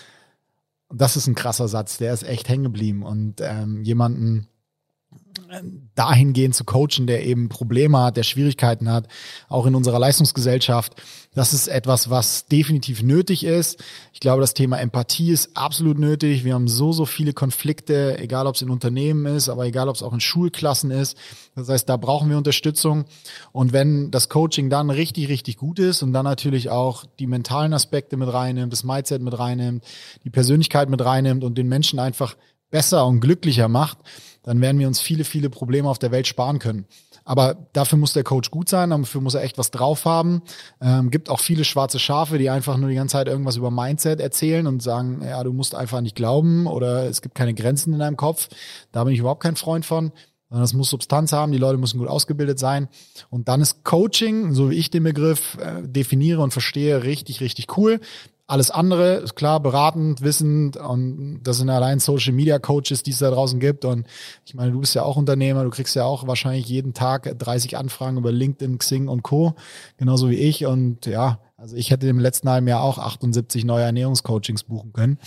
Und das ist ein krasser Satz, der ist echt hängen geblieben. Und ähm, jemanden dahingehend zu coachen, der eben Probleme hat, der Schwierigkeiten hat, auch in unserer Leistungsgesellschaft. Das ist etwas, was definitiv nötig ist. Ich glaube, das Thema Empathie ist absolut nötig. Wir haben so, so viele Konflikte, egal ob es in Unternehmen ist, aber egal ob es auch in Schulklassen ist. Das heißt, da brauchen wir Unterstützung. Und wenn das Coaching dann richtig, richtig gut ist und dann natürlich auch die mentalen Aspekte mit reinnimmt, das Mindset mit reinnimmt, die Persönlichkeit mit reinnimmt und den Menschen einfach besser und glücklicher macht, dann werden wir uns viele, viele Probleme auf der Welt sparen können. Aber dafür muss der Coach gut sein, dafür muss er echt was drauf haben. Ähm, gibt auch viele schwarze Schafe, die einfach nur die ganze Zeit irgendwas über Mindset erzählen und sagen, ja, du musst einfach nicht glauben oder es gibt keine Grenzen in deinem Kopf. Da bin ich überhaupt kein Freund von. Sondern es muss Substanz haben, die Leute müssen gut ausgebildet sein. Und dann ist Coaching, so wie ich den Begriff äh, definiere und verstehe, richtig, richtig cool. Alles andere ist klar, beratend, wissend, und das sind allein Social Media Coaches, die es da draußen gibt. Und ich meine, du bist ja auch Unternehmer, du kriegst ja auch wahrscheinlich jeden Tag dreißig Anfragen über LinkedIn, Xing und Co. Genauso wie ich. Und ja, also ich hätte im letzten halben Jahr auch achtundsiebzig neue Ernährungscoachings buchen können.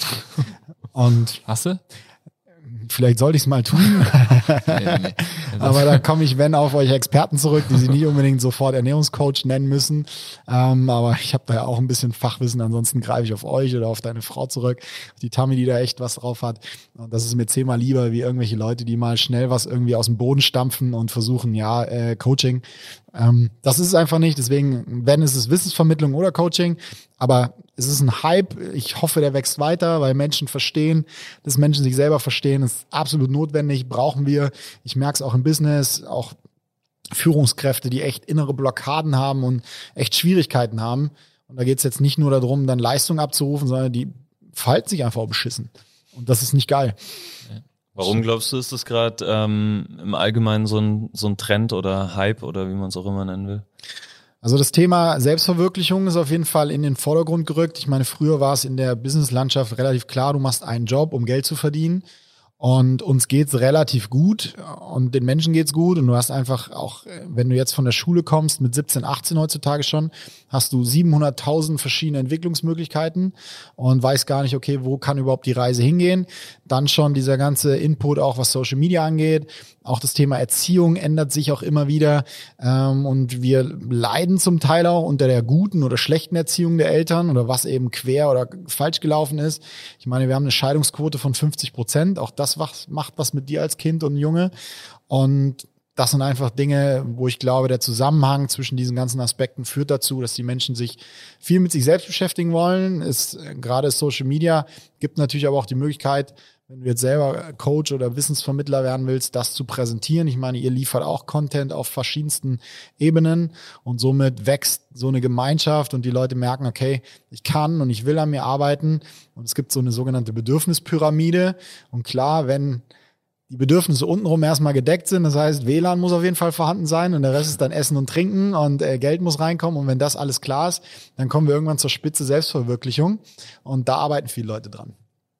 Und hast du? Vielleicht sollte ich es mal tun. Nee, nee, nee. Aber da komme ich, wenn, auf euch Experten zurück, die sie nicht unbedingt sofort Ernährungscoach nennen müssen. Ähm, aber ich habe da ja auch ein bisschen Fachwissen. Ansonsten greife ich auf euch oder auf deine Frau zurück, auf die Tammy, die da echt was drauf hat. Und das ist mir zehnmal lieber wie irgendwelche Leute, die mal schnell was irgendwie aus dem Boden stampfen und versuchen, ja, äh, Coaching. Ähm, das ist es einfach nicht. Deswegen, wenn, es ist Wissensvermittlung oder Coaching. Aber es ist ein Hype. Ich hoffe, der wächst weiter, weil Menschen verstehen, dass Menschen sich selber verstehen. Das ist absolut notwendig, brauchen wir. Ich merke es auch im Business, auch Führungskräfte, die echt innere Blockaden haben und echt Schwierigkeiten haben. Und da geht es jetzt nicht nur darum, dann Leistung abzurufen, sondern die verhalten sich einfach auch beschissen. Und das ist nicht geil. Warum glaubst du, ist das gerade ähm, im Allgemeinen so ein, so ein Trend oder Hype oder wie man es auch immer nennen will? Also das Thema Selbstverwirklichung ist auf jeden Fall in den Vordergrund gerückt. Ich meine, früher war es in der Businesslandschaft relativ klar, du machst einen Job, um Geld zu verdienen. Und uns geht's relativ gut und den Menschen geht's gut. Und du hast einfach auch, wenn du jetzt von der Schule kommst, mit siebzehn, achtzehn heutzutage schon, hast du siebenhunderttausend verschiedene Entwicklungsmöglichkeiten und weißt gar nicht, okay, wo kann überhaupt die Reise hingehen. Dann schon dieser ganze Input, auch was Social Media angeht. Auch das Thema Erziehung ändert sich auch immer wieder. Und wir leiden zum Teil auch unter der guten oder schlechten Erziehung der Eltern oder was eben quer oder falsch gelaufen ist. Ich meine, wir haben eine Scheidungsquote von fünfzig Prozent. Auch das was, macht was mit dir als Kind und Junge. Und das sind einfach Dinge, wo ich glaube, der Zusammenhang zwischen diesen ganzen Aspekten führt dazu, dass die Menschen sich viel mit sich selbst beschäftigen wollen. Es, gerade Social Media gibt natürlich aber auch die Möglichkeit, wenn du jetzt selber Coach oder Wissensvermittler werden willst, das zu präsentieren. Ich meine, ihr liefert auch Content auf verschiedensten Ebenen und somit wächst so eine Gemeinschaft und die Leute merken, okay, ich kann und ich will an mir arbeiten und es gibt so eine sogenannte Bedürfnispyramide und klar, wenn die Bedürfnisse untenrum erstmal gedeckt sind, das heißt, W L A N muss auf jeden Fall vorhanden sein und der Rest ist dann Essen und Trinken und äh, Geld muss reinkommen und wenn das alles klar ist, dann kommen wir irgendwann zur Spitze Selbstverwirklichung und da arbeiten viele Leute dran.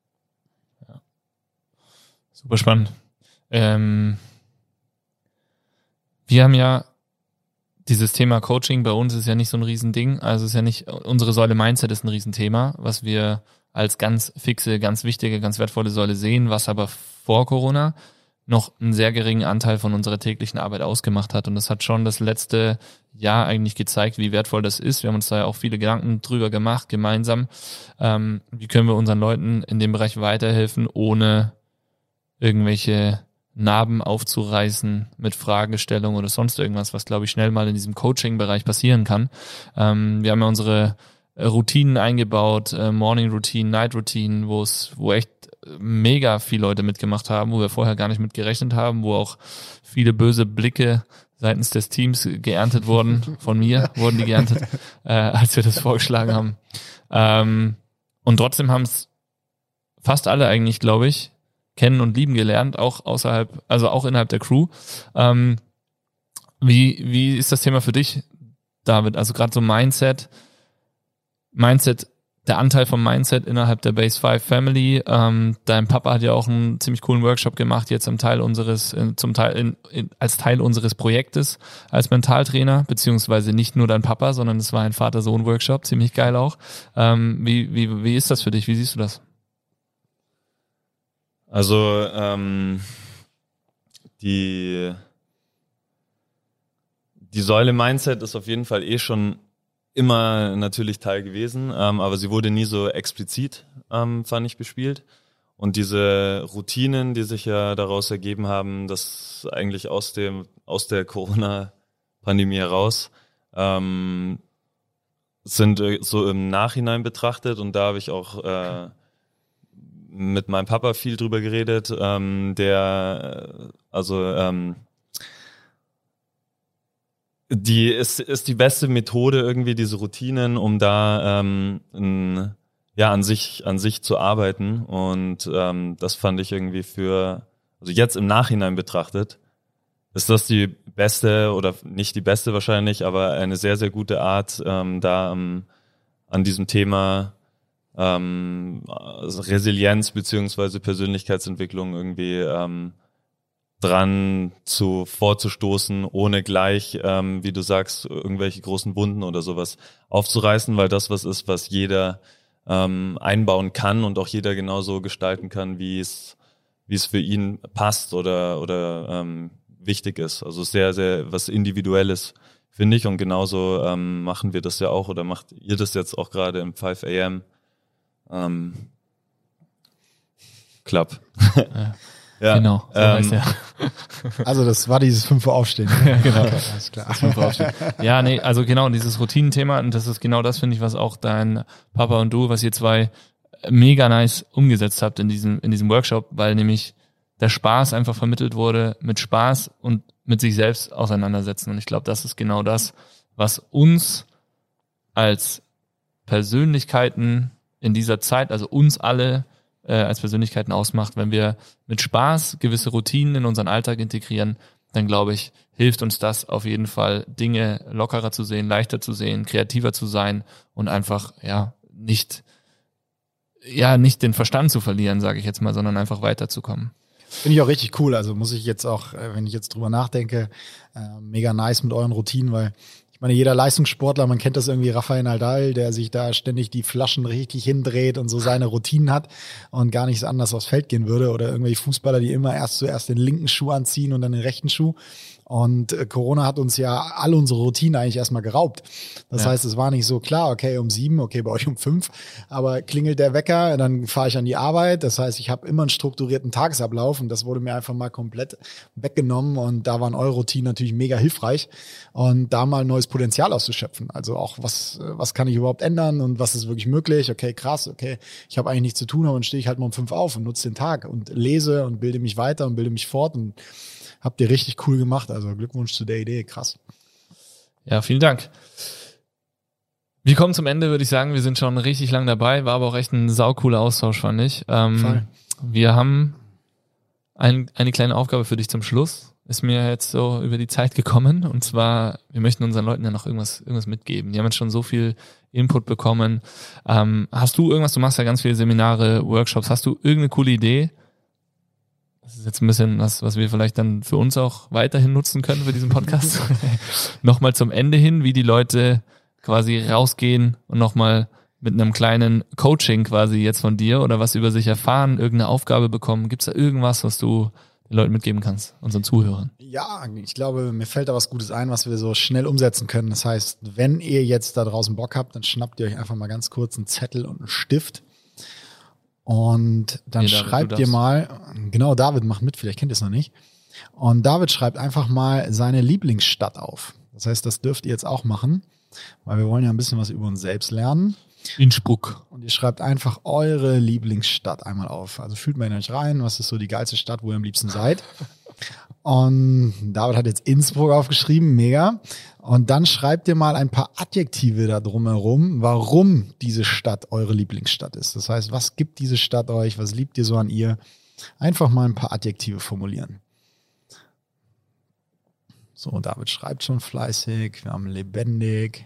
Super spannend. Ähm, wir haben ja dieses Thema Coaching bei uns ist ja nicht so ein Riesending. Also ist ja nicht, unsere Säule Mindset ist ein Riesenthema, was wir als ganz fixe, ganz wichtige, ganz wertvolle Säule sehen, was aber vor Corona noch einen sehr geringen Anteil von unserer täglichen Arbeit ausgemacht hat. Und das hat schon das letzte Jahr eigentlich gezeigt, wie wertvoll das ist. Wir haben uns da ja auch viele Gedanken drüber gemacht, gemeinsam. Ähm, wie können wir unseren Leuten in dem Bereich weiterhelfen, ohne irgendwelche Narben aufzureißen mit Fragestellungen oder sonst irgendwas, was, glaube ich, schnell mal in diesem Coaching-Bereich passieren kann. Ähm, wir haben ja unsere Routinen eingebaut, äh, Morning Routine, Night Routine, wo es, wo echt mega viele Leute mitgemacht haben, wo wir vorher gar nicht mit gerechnet haben, wo auch viele böse Blicke seitens des Teams geerntet wurden, von mir wurden die geerntet, äh, als wir das vorgeschlagen haben. Ähm, und trotzdem haben es fast alle eigentlich, glaube ich, kennen und lieben gelernt, auch außerhalb, also auch innerhalb der Crew. Ähm, wie, wie ist das Thema für dich, David? Also gerade so Mindset, Mindset, der Anteil vom Mindset innerhalb der Base five Family. Ähm, dein Papa hat ja auch einen ziemlich coolen Workshop gemacht, jetzt im Teil unseres, in, zum Teil in, in, als Teil unseres Projektes als Mentaltrainer, beziehungsweise nicht nur dein Papa, sondern es war ein Vater-Sohn-Workshop, ziemlich geil auch. Ähm, wie, wie, wie ist das für dich? Wie siehst du das? Also ähm, die die Säule Mindset ist auf jeden Fall eh schon immer natürlich Teil gewesen, ähm, aber sie wurde nie so explizit, ähm, fand ich, bespielt. Und diese Routinen, die sich ja daraus ergeben haben, das eigentlich aus dem aus der Corona-Pandemie heraus, ähm, sind so im Nachhinein betrachtet, und da habe ich auch äh, mit meinem Papa viel drüber geredet, ähm, der also ähm, die ist ist die beste Methode irgendwie, diese Routinen, um da ähm, in, ja an sich an sich zu arbeiten, und ähm, das fand ich irgendwie für, also jetzt im Nachhinein betrachtet, ist das die beste, oder nicht die beste wahrscheinlich, aber eine sehr sehr gute Art, ähm, da ähm, an diesem Thema ähm, also Resilienz beziehungsweise Persönlichkeitsentwicklung irgendwie ähm, dran zu vorzustoßen, ohne gleich, ähm, wie du sagst, irgendwelche großen Wunden oder sowas aufzureißen, weil das was ist, was jeder ähm, einbauen kann und auch jeder genauso gestalten kann, wie es wie es für ihn passt oder oder ähm, wichtig ist. Also sehr, sehr was Individuelles, finde ich, und genauso ähm, machen wir das ja auch, oder macht ihr das jetzt auch gerade im five a m ähm, Club. Ja. Ja, genau, so ähm, heißt er. Also das war dieses fünf Uhr Aufstehen. Ja, genau. Okay, alles klar. fünf Uhr aufstehen. Ja, nee, also genau, dieses Routinenthema, und das ist genau das, finde ich, was auch dein Papa und du, was ihr zwei mega nice umgesetzt habt in diesem, in diesem Workshop, weil nämlich der Spaß einfach vermittelt wurde, mit Spaß und mit sich selbst auseinandersetzen. Und ich glaube, das ist genau das, was uns als Persönlichkeiten in dieser Zeit, also uns alle äh, als Persönlichkeiten ausmacht. Wenn wir mit Spaß gewisse Routinen in unseren Alltag integrieren, dann glaube ich, hilft uns das auf jeden Fall, Dinge lockerer zu sehen, leichter zu sehen, kreativer zu sein und einfach ja nicht ja nicht den Verstand zu verlieren, sage ich jetzt mal, sondern einfach weiterzukommen. Finde ich auch richtig cool. Also muss ich jetzt auch, wenn ich jetzt drüber nachdenke, äh, mega nice mit euren Routinen, weil ich meine, jeder Leistungssportler, man kennt das irgendwie, Rafael Nadal, der sich da ständig die Flaschen richtig hindreht und so seine Routinen hat und gar nicht so anders aufs Feld gehen würde, oder irgendwelche Fußballer, die immer erst zuerst den linken Schuh anziehen und dann den rechten Schuh. Und äh, Corona hat uns ja alle unsere Routinen eigentlich erstmal geraubt. Das ja. heißt, es war nicht so klar, okay, um sieben, okay, bei euch um fünf, aber klingelt der Wecker, dann fahre ich an die Arbeit. Das heißt, ich habe immer einen strukturierten Tagesablauf, und das wurde mir einfach mal komplett weggenommen, und da waren eure Routinen natürlich mega hilfreich, und da mal neues Potenzial auszuschöpfen. Also auch, was was kann ich überhaupt ändern und was ist wirklich möglich? Okay, krass, okay, ich habe eigentlich nichts zu tun, aber dann stehe ich halt mal um fünf auf und nutze den Tag und lese und bilde mich weiter und bilde mich fort, und habt ihr richtig cool gemacht. Also Glückwunsch zu der Idee, krass. Ja, vielen Dank. Wir kommen zum Ende, würde ich sagen. Wir sind schon richtig lang dabei, war aber auch echt ein saucooler Austausch, fand ich. Ähm, wir haben ein, eine kleine Aufgabe für dich zum Schluss. Ist mir jetzt so über die Zeit gekommen, und zwar, wir möchten unseren Leuten ja noch irgendwas, irgendwas mitgeben. Die haben jetzt schon so viel Input bekommen. Ähm, hast du irgendwas, du machst ja ganz viele Seminare, Workshops, hast du irgendeine coole Idee, das ist jetzt ein bisschen was, was wir vielleicht dann für uns auch weiterhin nutzen können für diesen Podcast. Nochmal zum Ende hin, wie die Leute quasi rausgehen und nochmal mit einem kleinen Coaching quasi jetzt von dir oder was über sich erfahren, irgendeine Aufgabe bekommen. Gibt's da irgendwas, was du den Leuten mitgeben kannst, unseren Zuhörern? Ja, ich glaube, mir fällt da was Gutes ein, was wir so schnell umsetzen können. Das heißt, wenn ihr jetzt da draußen Bock habt, dann schnappt ihr euch einfach mal ganz kurz einen Zettel und einen Stift. Und dann Nee, David, schreibt ihr mal, genau, David macht mit, vielleicht kennt ihr es noch nicht. Und David schreibt einfach mal seine Lieblingsstadt auf. Das heißt, das dürft ihr jetzt auch machen, weil wir wollen ja ein bisschen was über uns selbst lernen. Innsbruck. Und ihr schreibt einfach eure Lieblingsstadt einmal auf. Also fühlt mal in euch rein, was ist so die geilste Stadt, wo ihr am liebsten seid. Und David hat jetzt Innsbruck aufgeschrieben, mega. Und dann schreibt ihr mal ein paar Adjektive da drumherum, warum diese Stadt eure Lieblingsstadt ist. Das heißt, was gibt diese Stadt euch, was liebt ihr so an ihr? Einfach mal ein paar Adjektive formulieren. So, David schreibt schon fleißig, wir haben lebendig.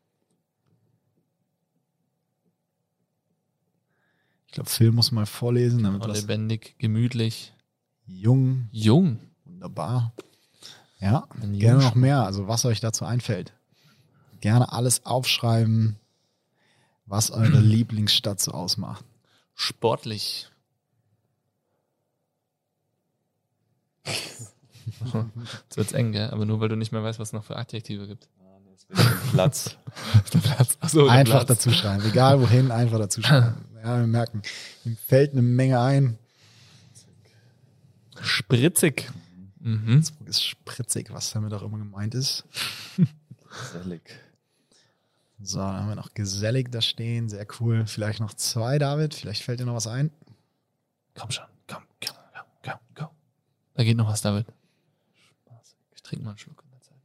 Ich glaube, Phil muss mal vorlesen, damit was Lebendig, gemütlich, jung, jung. wunderbar. Ja, Ein gerne Jung- noch mehr, also was euch dazu einfällt. Gerne alles aufschreiben, was eure Lieblingsstadt so ausmacht. Sportlich. Jetzt wird's eng, gell? Aber nur weil du nicht mehr weißt, was es noch für Adjektive gibt. Platz. Der Platz. Achso, der Einfach Platz. dazu schreiben, egal wohin, einfach dazu schreiben. Ja, wir merken, ihm fällt eine Menge ein. Spritzig. Mhm. Innsbruck ist spritzig, was damit auch immer gemeint ist. Gesellig. So, dann haben wir noch gesellig da stehen, sehr cool. Vielleicht noch zwei, David, vielleicht fällt dir noch was ein. Komm schon, komm, komm, komm, komm, komm. Da geht noch was, David. Ich trinke mal einen Schluck in der Zeit.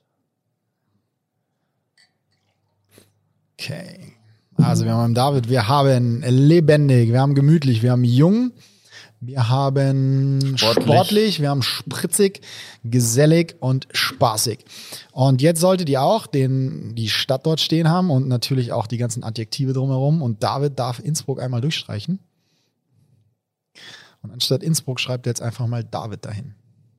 Okay. Also wir haben David, wir haben lebendig, wir haben gemütlich, wir haben jung, wir haben sportlich. Sportlich. wir haben spritzig, gesellig und spaßig. Und jetzt solltet ihr auch den, die Stadt dort stehen haben und natürlich auch die ganzen Adjektive drumherum. Und David darf Innsbruck einmal durchstreichen. Und anstatt Innsbruck schreibt er jetzt einfach mal David dahin.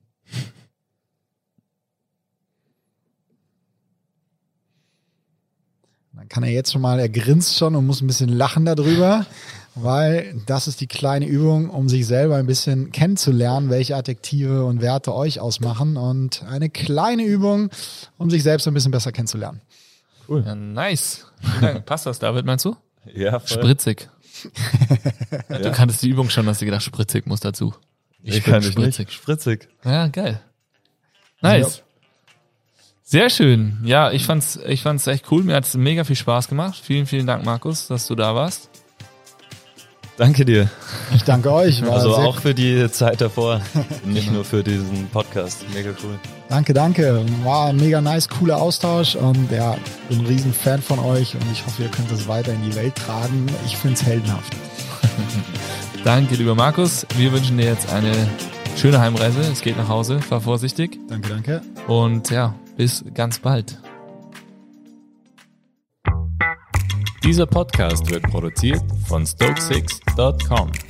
Dann kann er jetzt schon mal, er grinst schon und muss ein bisschen lachen darüber, weil das ist die kleine Übung, um sich selber ein bisschen kennenzulernen, welche Adjektive und Werte euch ausmachen und eine kleine Übung, um sich selbst ein bisschen besser kennenzulernen. Cool. Ja, nice. Vielen Dank. Passt das, David, meinst du? Ja, voll. Spritzig. Ja. Du kanntest die Übung schon, hast du gedacht, spritzig muss dazu. Ich bin kann ich spritzig. nicht. Spritzig. Ja, geil. Nice. Sehr schön. Ja, ich fand's, ich fand's echt cool. Mir hat's mega viel Spaß gemacht. Vielen, vielen Dank, Markus, dass du da warst. Danke dir. Ich danke euch. War Also sehr auch für die Zeit davor. Nicht nur für diesen Podcast. Mega cool. Danke, danke. War ein mega nice, cooler Austausch und ja, bin ein riesen Fan von euch und ich hoffe, ihr könnt das weiter in die Welt tragen. Ich find's heldenhaft. Danke, lieber Markus. Wir wünschen dir jetzt eine schöne Heimreise. Es geht nach Hause. Fahr vorsichtig. Danke, danke. Und ja, bis ganz bald. Dieser Podcast wird produziert von Stoke six Punkt com.